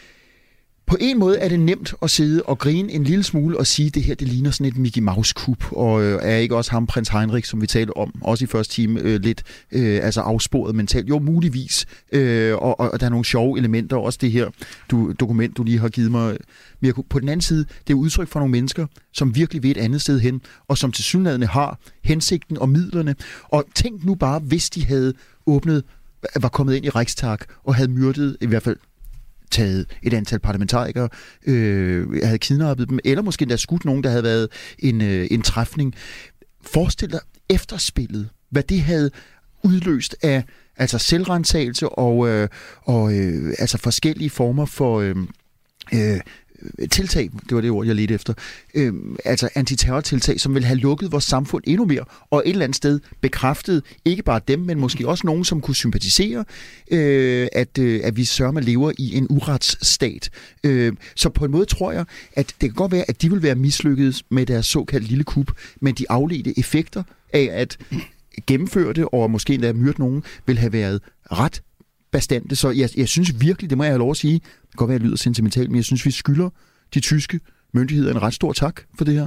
på en måde er det nemt at sidde og grine en lille smule og sige, at det her det ligner sådan et Mickey Mouse-kup, og øh, er ikke også ham, prins Heinrich, som vi talte om, også i første time, øh, lidt øh, altså afsporet mentalt. Jo, muligvis. Øh, og, og der er nogle sjove elementer, også det her du, dokument, du lige har givet mig, Mirko. På den anden side, det er udtryk for nogle mennesker, som virkelig vil et andet sted hen, og som tilsyneladende har hensigten og midlerne. Og tænk nu bare, hvis de havde åbnet, var kommet ind i Reichstag og havde myrdet, i hvert fald taget et antal parlamentarikere, øh, havde kidnappet dem, eller måske endda skudt nogen, der havde været en, øh, en træfning. Forestil dig efterspillet, hvad det havde udløst af altså selvrensagelse og, øh, og øh, altså forskellige former for øh, øh, tiltag, det var det ord, jeg ledte efter, øh, altså antiterrortiltag, som vil have lukket vores samfund endnu mere, og et eller andet sted bekræftet, ikke bare dem, men måske også nogen, som kunne sympatisere, øh, at, øh, at vi sørger med lever i en uretsstat. Øh, så på en måde tror jeg, at det kan godt være, at de vil være mislykket med deres såkaldt lille kup, men de afledte effekter af at gennemføre det, og måske endda myrde nogen, vil have været ret bastante. Så jeg, jeg synes virkelig, det må jeg have lov at sige, det kan godt være, at jeg lyder sentimentalt, men jeg synes, vi skylder de tyske myndigheder en ret stor tak for det her.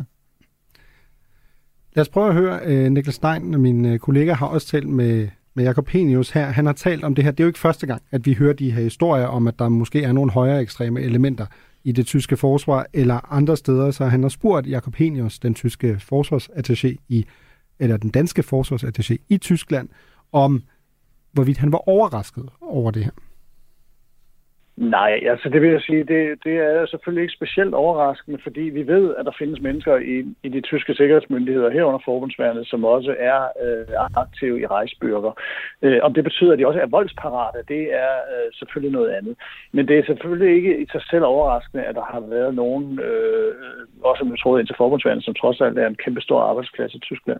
Lad os prøve at høre, uh, Niklas Stein, min uh, kollega, har også talt med, med Jakob Henius her. Han har talt om det her. Det er jo ikke første gang, at vi hører de her historier om, at der måske er nogle højere ekstreme elementer i det tyske forsvar eller andre steder. Så han har spurgt Jakob Henius, den tyske forsvarsattaché i, eller den danske forsvarsattaché i Tyskland, om hvorvidt han var overrasket over det her. Nej, altså det vil jeg sige, det, det er selvfølgelig ikke specielt overraskende, fordi vi ved, at der findes mennesker i, i de tyske sikkerhedsmyndigheder herunder forbundsværnet, som også er øh, aktive i Reichsbürger. Øh, om det betyder, at de også er voldsparate, det er øh, selvfølgelig noget andet. Men det er selvfølgelig ikke i sig selv overraskende, at der har været nogen, øh, også med tråd ind til forbundsværnet, som trods alt er en kæmpe stor arbejdsplads i Tyskland.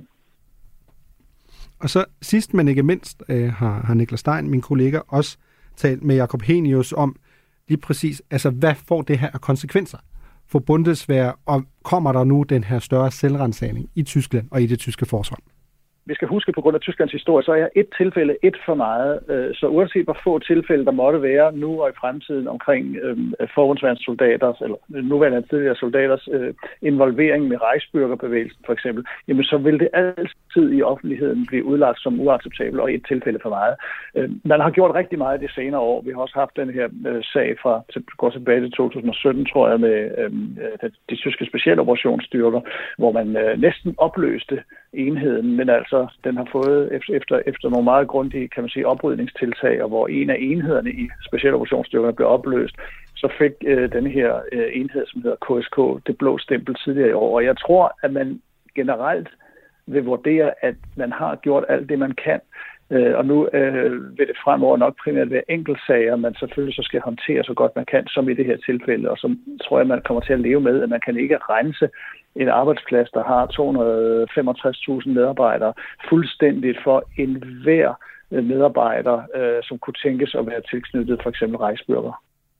Og så sidst, men ikke mindst, øh, har, har Niklas Stein, min kollega, også talt med Jakob Henius om lige præcis, altså hvad får det her af konsekvenser for Bundeswehr, og kommer der nu den her større selvrensagning i Tyskland og i det tyske forsvar? Vi skal huske, på grund af Tysklands historie, så er et tilfælde et for meget. Så uanset hvor få tilfælde, der måtte være nu og i fremtiden omkring øh, forbundsværnssoldaters, eller nuværende tidligere soldaters øh, involvering med Reichsbürgerbevægelsen for eksempel, jamen så vil det altid i offentligheden blive udlagt som uacceptabelt og et tilfælde for meget. Øh, man har gjort rigtig meget de senere år. Vi har også haft den her øh, sag fra, går tilbage til to tusind og sytten, tror jeg, med øh, de tyske specialoperationsstyrker, hvor man øh, næsten opløste enheden, men altså den har fået efter, efter nogle meget grundige, kan man sige, oprydningstiltag, og hvor en af enhederne i specialoperationsstyrkerne blev opløst, så fik øh, denne her øh, enhed, som hedder K S K, det blå stempel tidligere i år. Og jeg tror, at man generelt vil vurdere, at man har gjort alt det, man kan, øh, og nu øh, vil det fremover nok primært være enkeltsager, man selvfølgelig så skal håndtere så godt man kan, som i det her tilfælde, og så tror jeg, man kommer til at leve med, at man kan ikke rense en arbejdsplads, der har to hundrede og femogtres tusind medarbejdere, fuldstændigt for enhver medarbejder, øh, som kunne tænkes at være tilknyttet for eksempel Reichsbürger.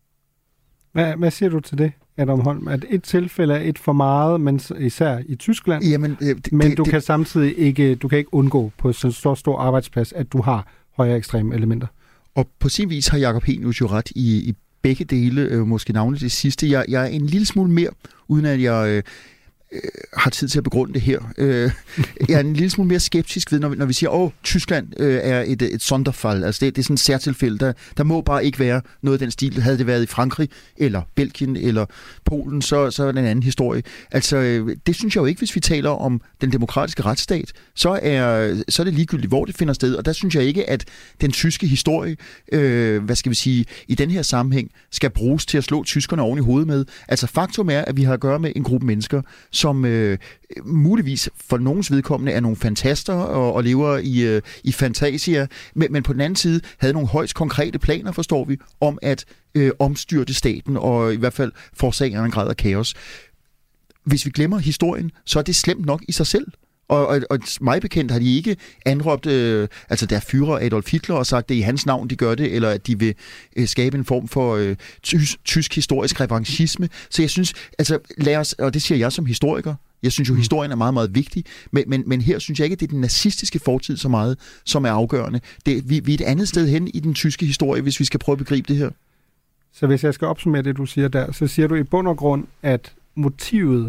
Hvad, hvad siger du til det, Adam Holm? At et tilfælde er et for meget, men især i Tyskland, Jamen, øh, det, men det, du det, kan samtidig ikke, du kan ikke undgå på sådan en stor, stor arbejdsplads, at du har højere ekstreme elementer. Og på sin vis har Jakob Henius jo ret i, i begge dele, øh, måske navnligt det sidste. Jeg, jeg er en lille smule mere, uden at jeg øh, øh, har tid til at begrunde det her. Øh, jeg er en lille smule mere skeptisk ved, når vi, når vi siger, åh, Tyskland øh, er et, et sonderfald. Altså det, det er sådan et særtilfælde. Der, der må bare ikke være noget af den stil. Havde det været i Frankrig, eller Belgien, eller Polen, så, så er det en anden historie. Altså, øh, det synes jeg jo ikke, hvis vi taler om den demokratiske retsstat. Så er, så er det ligegyldigt, hvor det finder sted. Og der synes jeg ikke, at den tyske historie, øh, hvad skal vi sige, i den her sammenhæng, skal bruges til at slå tyskerne oven i hovedet med. Altså, faktum er, at vi har at gøre med en gruppe mennesker, som øh, muligvis for nogens vedkommende er nogle fantaster og, og lever i, øh, i fantasia, men, men på den anden side havde nogle højst konkrete planer, forstår vi, om at øh, omstyrte staten og i hvert fald forårsage en grad af kaos. Hvis vi glemmer historien, så er det slemt nok i sig selv. Og, og, og mig bekendt har de ikke anråbt, øh, altså der fyrer Adolf Hitler og sagt, at det er i hans navn, de gør det, eller at de vil øh, skabe en form for øh, tysk, tysk historisk revanchisme. Så jeg synes, altså lad os, og det siger jeg som historiker, jeg synes jo, at historien er meget, meget vigtig, men, men, men her synes jeg ikke, at det er den nazistiske fortid så meget, som er afgørende. Det, vi, vi er et andet sted hen i den tyske historie, hvis vi skal prøve at begribe det her. Så hvis jeg skal opsummere det, du siger der, så siger du i bund og grund, at motivet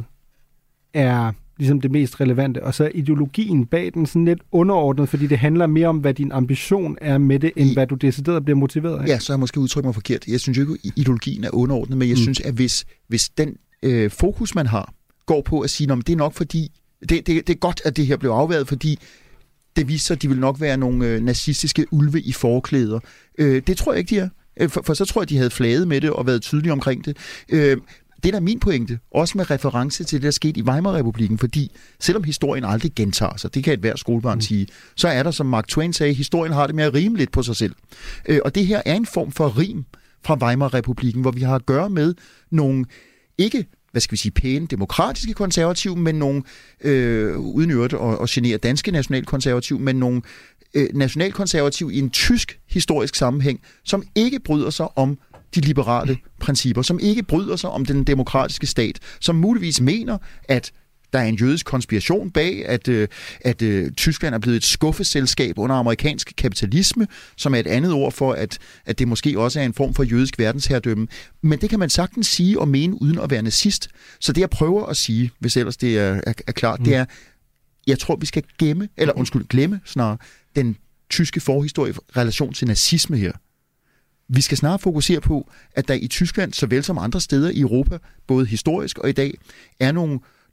er ligesom det mest relevante, og så er ideologien bag den sådan lidt underordnet, fordi det handler mere om, hvad din ambition er med det, end I, hvad du decideret bliver motiveret af. Ja, så har jeg måske udtrykt mig forkert. Jeg synes jo ikke, at ideologien er underordnet, men jeg mm. synes, at hvis, hvis den øh, fokus, man har, går på at sige, at det er nok fordi, det, det, det er godt, at det her blev afværet, fordi det viser, at de vil nok være nogle øh, nazistiske ulve i forklæder. Øh, det tror jeg ikke, de er. Øh, for, for så tror jeg, de havde flaget med det og været tydelige omkring det. Øh, Det er da min pointe, også med reference til det, der skete i Weimar-republikken, fordi selvom historien aldrig gentager sig, det kan et hver skolebarn mm. sige, så er der, som Mark Twain sagde, historien har det med at rime lidt på sig selv. Øh, og det her er en form for rim fra Weimar-republikken, hvor vi har at gøre med nogle ikke, hvad skal vi sige, pæne demokratiske konservative, men nogle, øh, uden øvrigt og, og genere danske nationalkonservative, men nogle øh, nationalkonservative i en tysk historisk sammenhæng, som ikke bryder sig om de liberale principper, som ikke bryder sig om den demokratiske stat, som muligvis mener, at der er en jødisk konspiration bag, at, øh, at øh, Tyskland er blevet et skuffeselskab under amerikansk kapitalisme, som er et andet ord for, at, at det måske også er en form for jødisk verdensherredømme. Men det kan man sagtens sige og mene uden at være nazist. Så det, jeg prøver at sige, hvis ellers det er, er, er klart, mm. det er, jeg tror, vi skal gemme, eller undskyld, glemme snarere, den tyske forhistorie i relation til nazisme her. Vi skal snart fokusere på, at der i Tyskland, såvel som andre steder i Europa, både historisk og i dag, er nogle,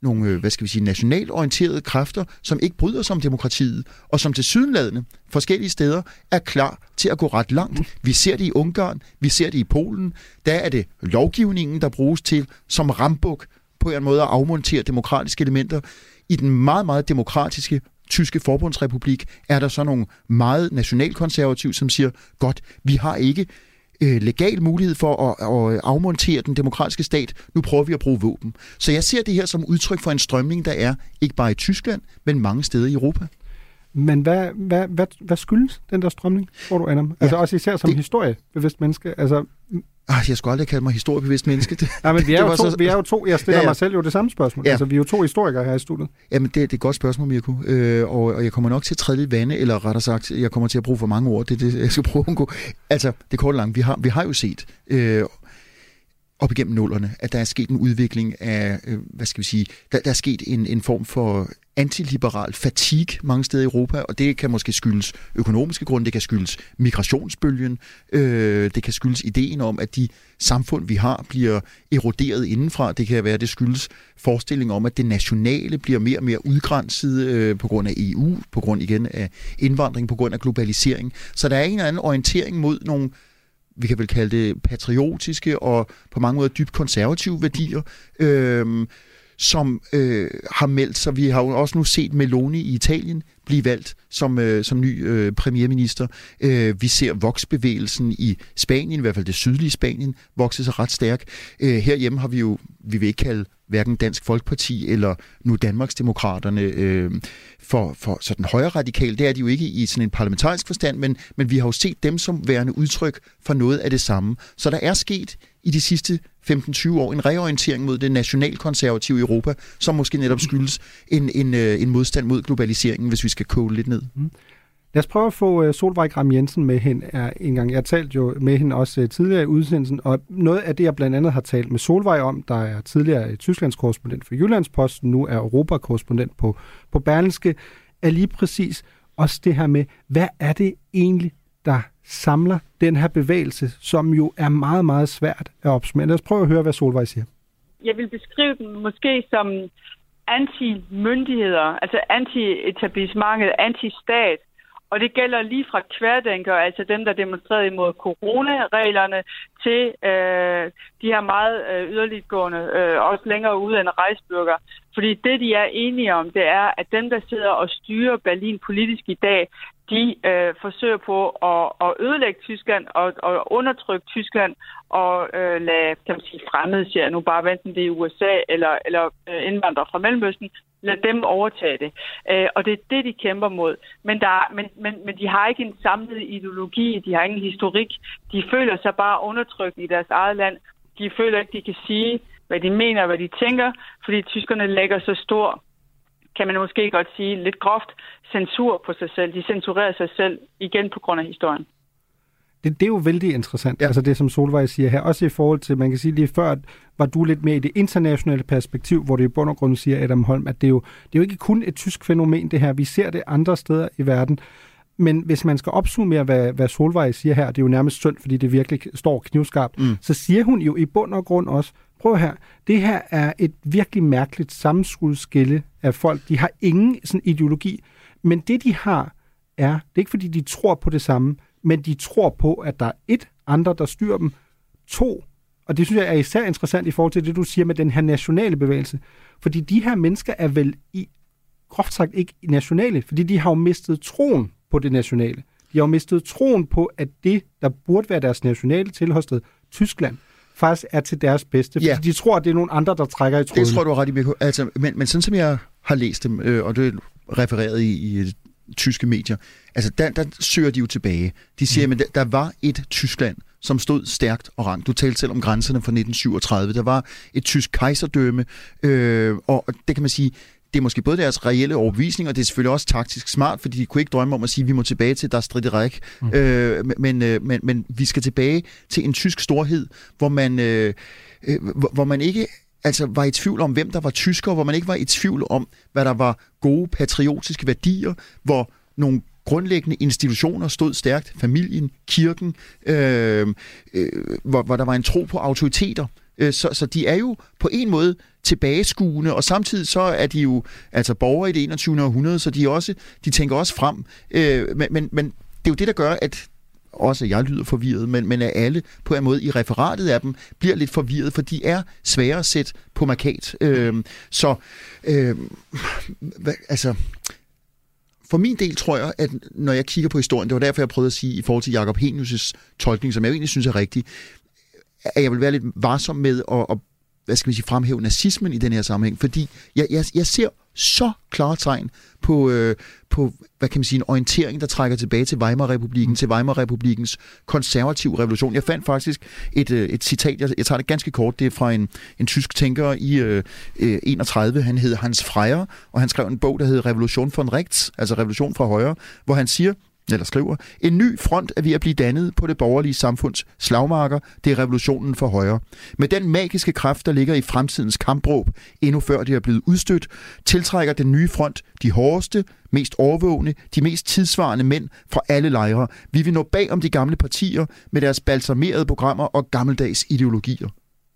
nogle øh, hvad skal vi sige, nationalt orienterede kræfter, som ikke bryder sig om demokratiet, og som tilsyneladende forskellige steder er klar til at gå ret langt. Vi ser det i Ungarn, vi ser det i Polen. Der er det lovgivningen, der bruges til som rambuk på en måde at afmontere demokratiske elementer. I den meget, meget demokratiske tyske forbundsrepublik er der så nogle meget nationalkonservative, som siger, godt, vi har ikke øh, legal mulighed for at, at afmontere den demokratiske stat. Nu prøver vi at bruge våben. Så jeg ser det her som udtryk for en strømning, der er ikke bare i Tyskland, men mange steder i Europa. Men hvad, hvad, hvad, hvad skyldes den der strømning, tror du, Adam? Altså ja, også især som det... historiebevidst menneske. Altså... Ah, jeg skulle aldrig kalde mig historiebevidst menneske. Nej, men vi er, jo to, så... vi er jo to. Jeg stiller ja, ja. mig selv jo det samme spørgsmål. Ja. Altså, vi er jo to historikere her i studiet. Jamen, det, det er et godt spørgsmål, Mirko. Øh, og, og jeg kommer nok til at træde lidt vande, eller rettere sagt, jeg kommer til at bruge for mange ord. Det er det, jeg skal prøve at undgå. Altså, det er kort og langt. Vi har, vi har jo set... Øh, op igennem nullerne, at der er sket en udvikling af, øh, hvad skal vi sige, der, der er sket en, en form for antiliberal fatigue mange steder i Europa, og det kan måske skyldes økonomiske grunde, det kan skyldes migrationsbølgen, øh, det kan skyldes ideen om, at de samfund, vi har, bliver eroderet indenfra. Det kan være, det skyldes forestilling om, at det nationale bliver mere og mere udgrænset øh, på grund af E U, på grund igen af indvandring, på grund af globalisering. Så der er en eller anden orientering mod nogle, vi kan vel kalde det patriotiske og på mange måder dybt konservative værdier, øh, som øh, har meldt sig. Vi har jo også nu set Meloni i Italien blive valgt som, øh, som ny øh, premierminister. Øh, vi ser Vox-bevægelsen i Spanien, i hvert fald det sydlige Spanien, vokse sig ret stærk. Øh, herhjemme har vi jo, vi vil ikke kalde hverken Dansk Folkeparti eller nu Danmarksdemokraterne øh, for, for sådan højre radikal. Det er de jo ikke i sådan en parlamentarisk forstand, men, men vi har jo set dem som værende udtryk for noget af det samme. Så der er sket i de sidste femten til tyve år en reorientering mod det nationalkonservative Europa, som måske netop skyldes en, en, en modstand mod globaliseringen, hvis vi skal koge lidt ned. Mm. Lad os prøve at få Solveig Gram Jensen med hen en gang. Jeg talte jo med hende også tidligere i udsendelsen, og noget af det, jeg blandt andet har talt med Solveig om, der er tidligere Tysklands korrespondent for Jyllandsposten, nu er Europa-korrespondent på, på Berlingske, er lige præcis også det her med, hvad er det egentlig, der samler den her bevægelse, som jo er meget, meget svært at opsummere. Lad os prøve at høre, hvad Solveig siger. Jeg vil beskrive den måske som anti-myndigheder, altså anti-etablissementet, anti-stat. Og det gælder lige fra kværdenker, altså dem, der demonstrerede imod coronareglerne, til øh, de her meget øh, yderligtgående, øh, også længere ude end rejsbürger. Fordi det, de er enige om, det er, at dem, der sidder og styrer Berlin politisk i dag, de øh, forsøger på at, at ødelægge Tyskland og, og undertrykke Tyskland og øh, lade, kan man sige, fremmede, siger nu bare, enten det er U S A eller, eller øh, indvandrere fra Mellemøsten, lad dem overtage det. Øh, og det er det, de kæmper mod. Men, der, men, men, men de har ikke en samlet ideologi, de har ingen historik. De føler sig bare undertrykt i deres eget land. De føler ikke, de kan sige, hvad de mener, hvad de tænker, fordi tyskerne lægger så stor, kan man måske godt sige, lidt groft, censur på sig selv. De censurerer sig selv igen på grund af historien. Det, det er jo vældig interessant, ja. Altså det, som Solveig siger her. Også i forhold til, man kan sige lige før, var du lidt mere i det internationale perspektiv, hvor det i bund og grund siger Adam Holm, at det er, jo, det er jo ikke kun et tysk fænomen, det her. Vi ser det andre steder i verden. Men hvis man skal opsummere, hvad, hvad Solveig siger her, det er jo nærmest synd, fordi det virkelig står knivskarpt, mm. så siger hun jo i bund og grund også, prøv her, det her er et virkelig mærkeligt sammenskudskælde af folk. De har ingen sådan ideologi, men det de har er, det er ikke fordi de tror på det samme, men de tror på, at der er et, andre, der styrer dem, to, og det synes jeg er især interessant i forhold til det, du siger med den her nationale bevægelse, fordi de her mennesker er vel i groft sagt ikke nationale, fordi de har jo mistet troen på det nationale. De har jo mistet troen på, at det, der burde være deres nationale tilholdssted, Tyskland, faktisk er til deres bedste. Fordi ja. De tror, at det er nogle andre, der trækker i trådene. Det tror du er ret i, Mirko. Altså, men, men sådan som jeg har læst dem, øh, og det er refereret i, i tyske medier, altså der, der søger de jo tilbage. De siger, mm. at der, der var et Tyskland, som stod stærkt og rank. Du talte selv om grænserne fra nitten syvogtredive. Der var et tysk kejserdømme, øh, og det kan man sige, det er måske både deres reelle overbevisning, og det er selvfølgelig også taktisk smart, fordi de kunne ikke drømme om at sige, at vi må tilbage til Das Dritte Reich. Mm. Øh, men, øh, men, men vi skal tilbage til en tysk storhed, hvor man, øh, øh, hvor, hvor man ikke altså var i tvivl om, hvem der var tysker, hvor man ikke var i tvivl om, hvad der var gode patriotiske værdier, hvor nogle grundlæggende institutioner stod stærkt, familien, kirken, øh, øh, hvor, hvor der var en tro på autoriteter, Øh, så, så de er jo på en måde tilbageskuende, og samtidig så er de jo altså borgere i det enogtyvende århundrede, så de, også, de tænker også frem. Øh, men, men, men det er jo det, der gør, at også jeg lyder forvirret, men, men at alle på en måde i referatet af dem bliver lidt forvirret, for de er svære at sætte på markat. Øh, så øh, hvad, altså... For min del tror jeg, at når jeg kigger på historien, det var derfor, jeg prøvede at sige i forhold til Jacob Henius' tolkning, som jeg egentlig synes er rigtig, at jeg vil være lidt varsom med at, at hvad skal vi sige, fremhæve nazismen i den her sammenhæng, fordi jeg, jeg, jeg ser så klare tegn på, øh, på, hvad kan man sige, en orientering, der trækker tilbage til Weimar-republiken, mm. til Weimar-republikens konservative revolution. Jeg fandt faktisk et, øh, et citat, jeg, jeg tager det ganske kort, det er fra en, en tysk tænker i øh, øh, enogtredive, han hed Hans Freyer, og han skrev en bog, der hed Revolution von Rechts, altså Revolution fra højre, hvor han siger, eller skriver, en ny front er ved at blive dannet på det borgerlige samfunds slagmarker, det er revolutionen for højre. Med den magiske kraft, der ligger i fremtidens kampråb, endnu før det er blevet udstødt, tiltrækker den nye front de hårdeste, mest overvågne, de mest tidsvarende mænd fra alle lejre. Vi vil nå bag om de gamle partier med deres balsamerede programmer og gammeldags ideologier.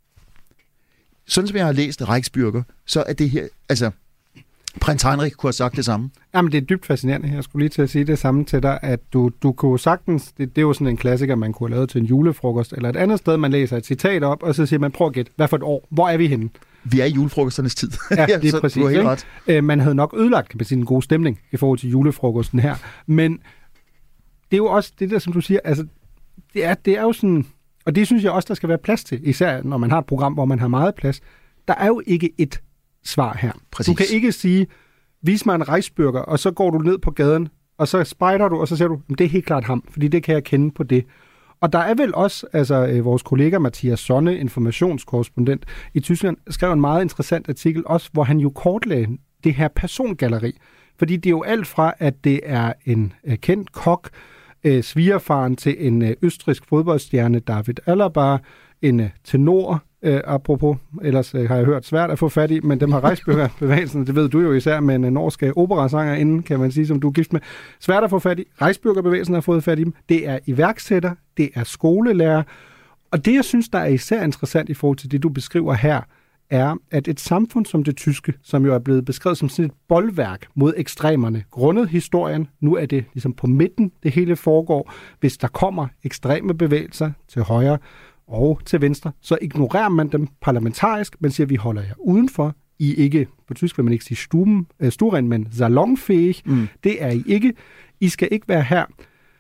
Sådan som jeg har læst Reichsbürger, så er det her, altså Prins Heinrich kunne have sagt det samme. Jamen, det er dybt fascinerende. Jeg skulle lige til at sige det samme til dig, at du, du kunne sagtens, det, det er jo sådan en klassiker, man kunne have lavet til en julefrokost, eller et andet sted, man læser et citat op, og så siger man, prøv at gætte, hvad for et år? Hvor er vi henne? Vi er i julefrokosternes tid. Ja, det er præcis. Du har helt ret. Øh, man havde nok ødelagt, kan man sige, en god stemning i forhold til julefrokosten her. Men det er jo også det der, som du siger, altså, det er, det er jo sådan, og det synes jeg også, der skal være plads til, især når man har et program, hvor man har meget plads. Der er jo ikke et svar her. Præcis. Du kan ikke sige, vis mig en Reichsbürger, og så går du ned på gaden, og så spejder du, og så siger du, det er helt klart ham, fordi det kan jeg kende på det. Og der er vel også, altså øh, vores kollega Mathias Sonne, informationskorrespondent i Tyskland, skrev en meget interessant artikel også, hvor han jo kortlagde det her persongalleri. Fordi det er jo alt fra, at det er en øh, kendt kok, øh, svigerfaren til en øh, østrigsk fodboldstjerne, David Alaba, en øh, tenor, Øh, apropos, ellers øh, har jeg hørt svært at få fat i, men dem har Reichsbürgerbevægelsen, det ved du jo især med en norsk operasanger inden, kan man sige, som du er gift med. Svært at få fat i. Reichsbürgerbevægelsen har fået fat i dem. Det er iværksætter, det er skolelærer, og det, jeg synes, der er især interessant i forhold til det, du beskriver her, er, at et samfund som det tyske, som jo er blevet beskrevet som sådan et bolværk mod ekstremerne, grundet historien, nu er det ligesom på midten, det hele foregår. Hvis der kommer ekstreme bevægelser til højre, og til venstre, så ignorerer man dem parlamentarisk, men siger, vi holder jer udenfor. I ikke, på tysk vil man ikke sige stuben, äh, sturen, men salonfæhig. Mm. Det er I ikke. I skal ikke være her.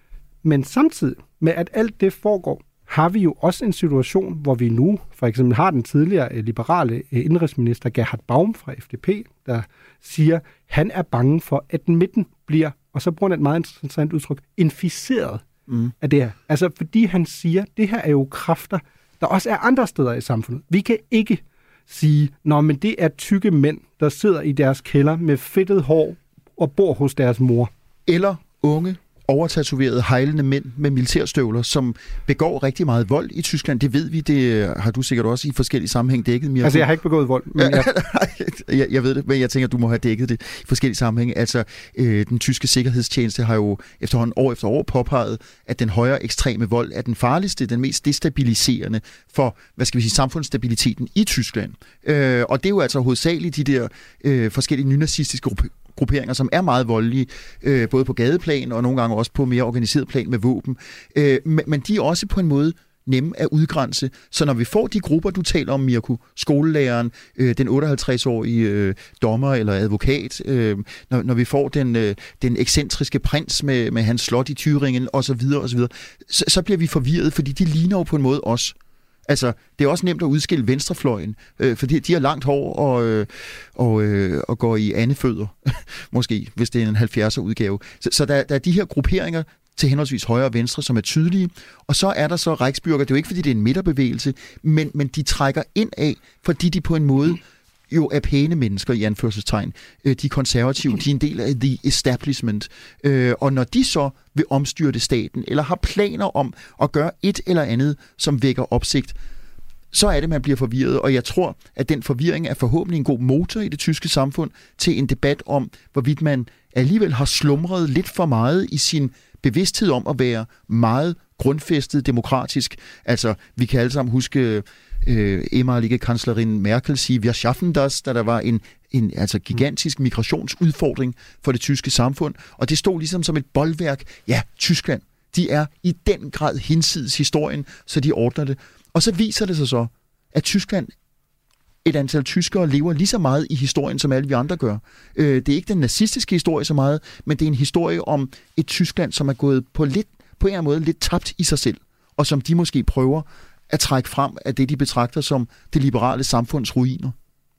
Men samtidig med, at alt det foregår, har vi jo også en situation, hvor vi nu for eksempel har den tidligere liberale indrigsminister Gerhard Baum fra F D P, der siger, han er bange for, at midten bliver, og så bruger han et meget interessant udtryk, inficeret mm. af det her. Altså fordi han siger, det her er jo kræfter, der også er andre steder i samfundet. Vi kan ikke sige, nå, men det er tykke mænd, der sidder i deres kælder med fedtet hår og bor hos deres mor. Eller unge, overtatoverede, hejlende mænd med militærstøvler, som begår rigtig meget vold i Tyskland. Det ved vi, det har du sikkert også i forskellige sammenhæng dækket, Mirko. Altså, jeg har ikke begået vold, men jeg... jeg, jeg ved det, men jeg tænker, du må have dækket det i forskellige sammenhænge. Altså, øh, den tyske sikkerhedstjeneste har jo efterhånden år efter år påpeget, at den højere ekstreme vold er den farligste, den mest destabiliserende for, hvad skal vi sige, samfundsstabiliteten i Tyskland. Øh, og det er jo altså hovedsageligt de der øh, forskellige nynazistiske grupperinger, som er meget voldelige, øh, både på gadeplan og nogle gange også på mere organiseret plan med våben. Øh, men, men de er også på en måde nemme at udgrænse. Så når vi får de grupper, du taler om, Mirko, skolelæreren, øh, den otteoghalvtreds-årige øh, dommer eller advokat, øh, når, når vi får den, øh, den ekscentriske prins med, med hans slot i Thüringen osv., osv., så, så bliver vi forvirret, fordi de ligner jo på en måde os. Altså, det er også nemt at udskille venstrefløjen, øh, fordi de har langt hår og, øh, og, øh, og går i andefødder, måske, hvis det er en halvfjerdser udgave. Så, så der, der er de her grupperinger til henholdsvis højre og venstre, som er tydelige. Og så er der så Reichsbürger, det er jo ikke, fordi det er en midterbevægelse, men, men de trækker ind af, fordi de på en måde jo er pæne mennesker i anførselstegn. De er konservative, de er en del af the establishment. Og når de så vil omstyrte staten, eller har planer om at gøre et eller andet, som vækker opsigt, så er det, man bliver forvirret. Og jeg tror, at den forvirring er forhåbentlig en god motor i det tyske samfund til en debat om, hvorvidt man alligevel har slumret lidt for meget i sin bevidsthed om at være meget grundfæstet demokratisk. Altså, vi kan alle sammen huske øh, ehemalige kanslerin Merkel sige, wir schaffen das, da der var en, en altså gigantisk migrationsudfordring for det tyske samfund, og det stod ligesom som et bolværk. Ja, Tyskland, de er i den grad hinsides historien, så de ordner det. Og så viser det sig så, at Tyskland, et antal tyskere lever lige så meget i historien, som alle vi andre gør. Øh, det er ikke den nazistiske historie så meget, men det er en historie om et Tyskland, som er gået på, lidt, på en måde lidt tabt i sig selv, og som de måske prøver at trække frem af det, de betragter som det liberale samfunds ruiner.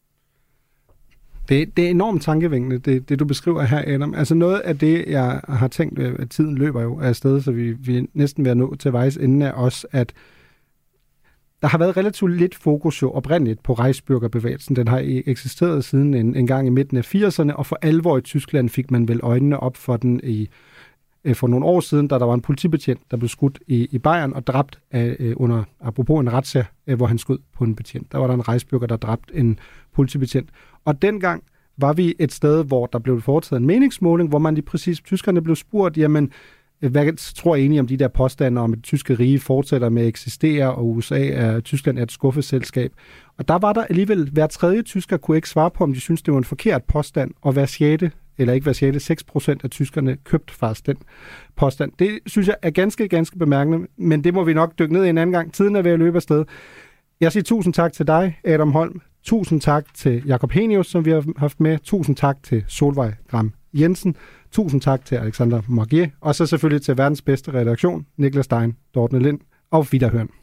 Det, det er enormt tankevækkende, det, det du beskriver her, Adam. Altså noget af det, jeg har tænkt, at tiden løber jo afsted, så vi, vi er næsten ved at nå til vejs ende af os, at der har været relativt lidt fokus jo oprindeligt på Reichsbürgerbevægelsen. Den har eksisteret siden en, en gang i midten af firserne, og for alvor i Tyskland fik man vel øjnene op for den i, for nogle år siden, da der var en politibetjent, der blev skudt i, i Bayern og dræbt af, under, apropos en retssag, hvor han skød på en betjent. Der var der en Reichsbürger, der dræbte en politibetjent. Og dengang var vi et sted, hvor der blev foretaget en meningsmåling, hvor man lige præcis, tyskerne blev spurgt, jamen, hvad tror I egentlig om de der påstande om, at det tyske rige fortsætter med at eksistere, og U S A er, Tyskland er et skuffeselskab. Og der var der alligevel, hver tredje tysker kunne ikke svare på, om de synes det var en forkert påstand, og hver sjette, eller ikke hver sjette, seks procent af tyskerne købte faktisk den påstand. Det synes jeg er ganske, ganske bemærkende, men det må vi nok dykke ned i en anden gang. Tiden er ved at løbe afsted. Jeg siger tusind tak til dig, Adam Holm. Tusind tak til Jakob Henius, som vi har haft med. Tusind tak til Solvej Gram Jensen. Tusind tak til Alexander Margier. Og så selvfølgelig til verdens bedste redaktion, Niklas Stein, Dortne Lind og Wiederhøren.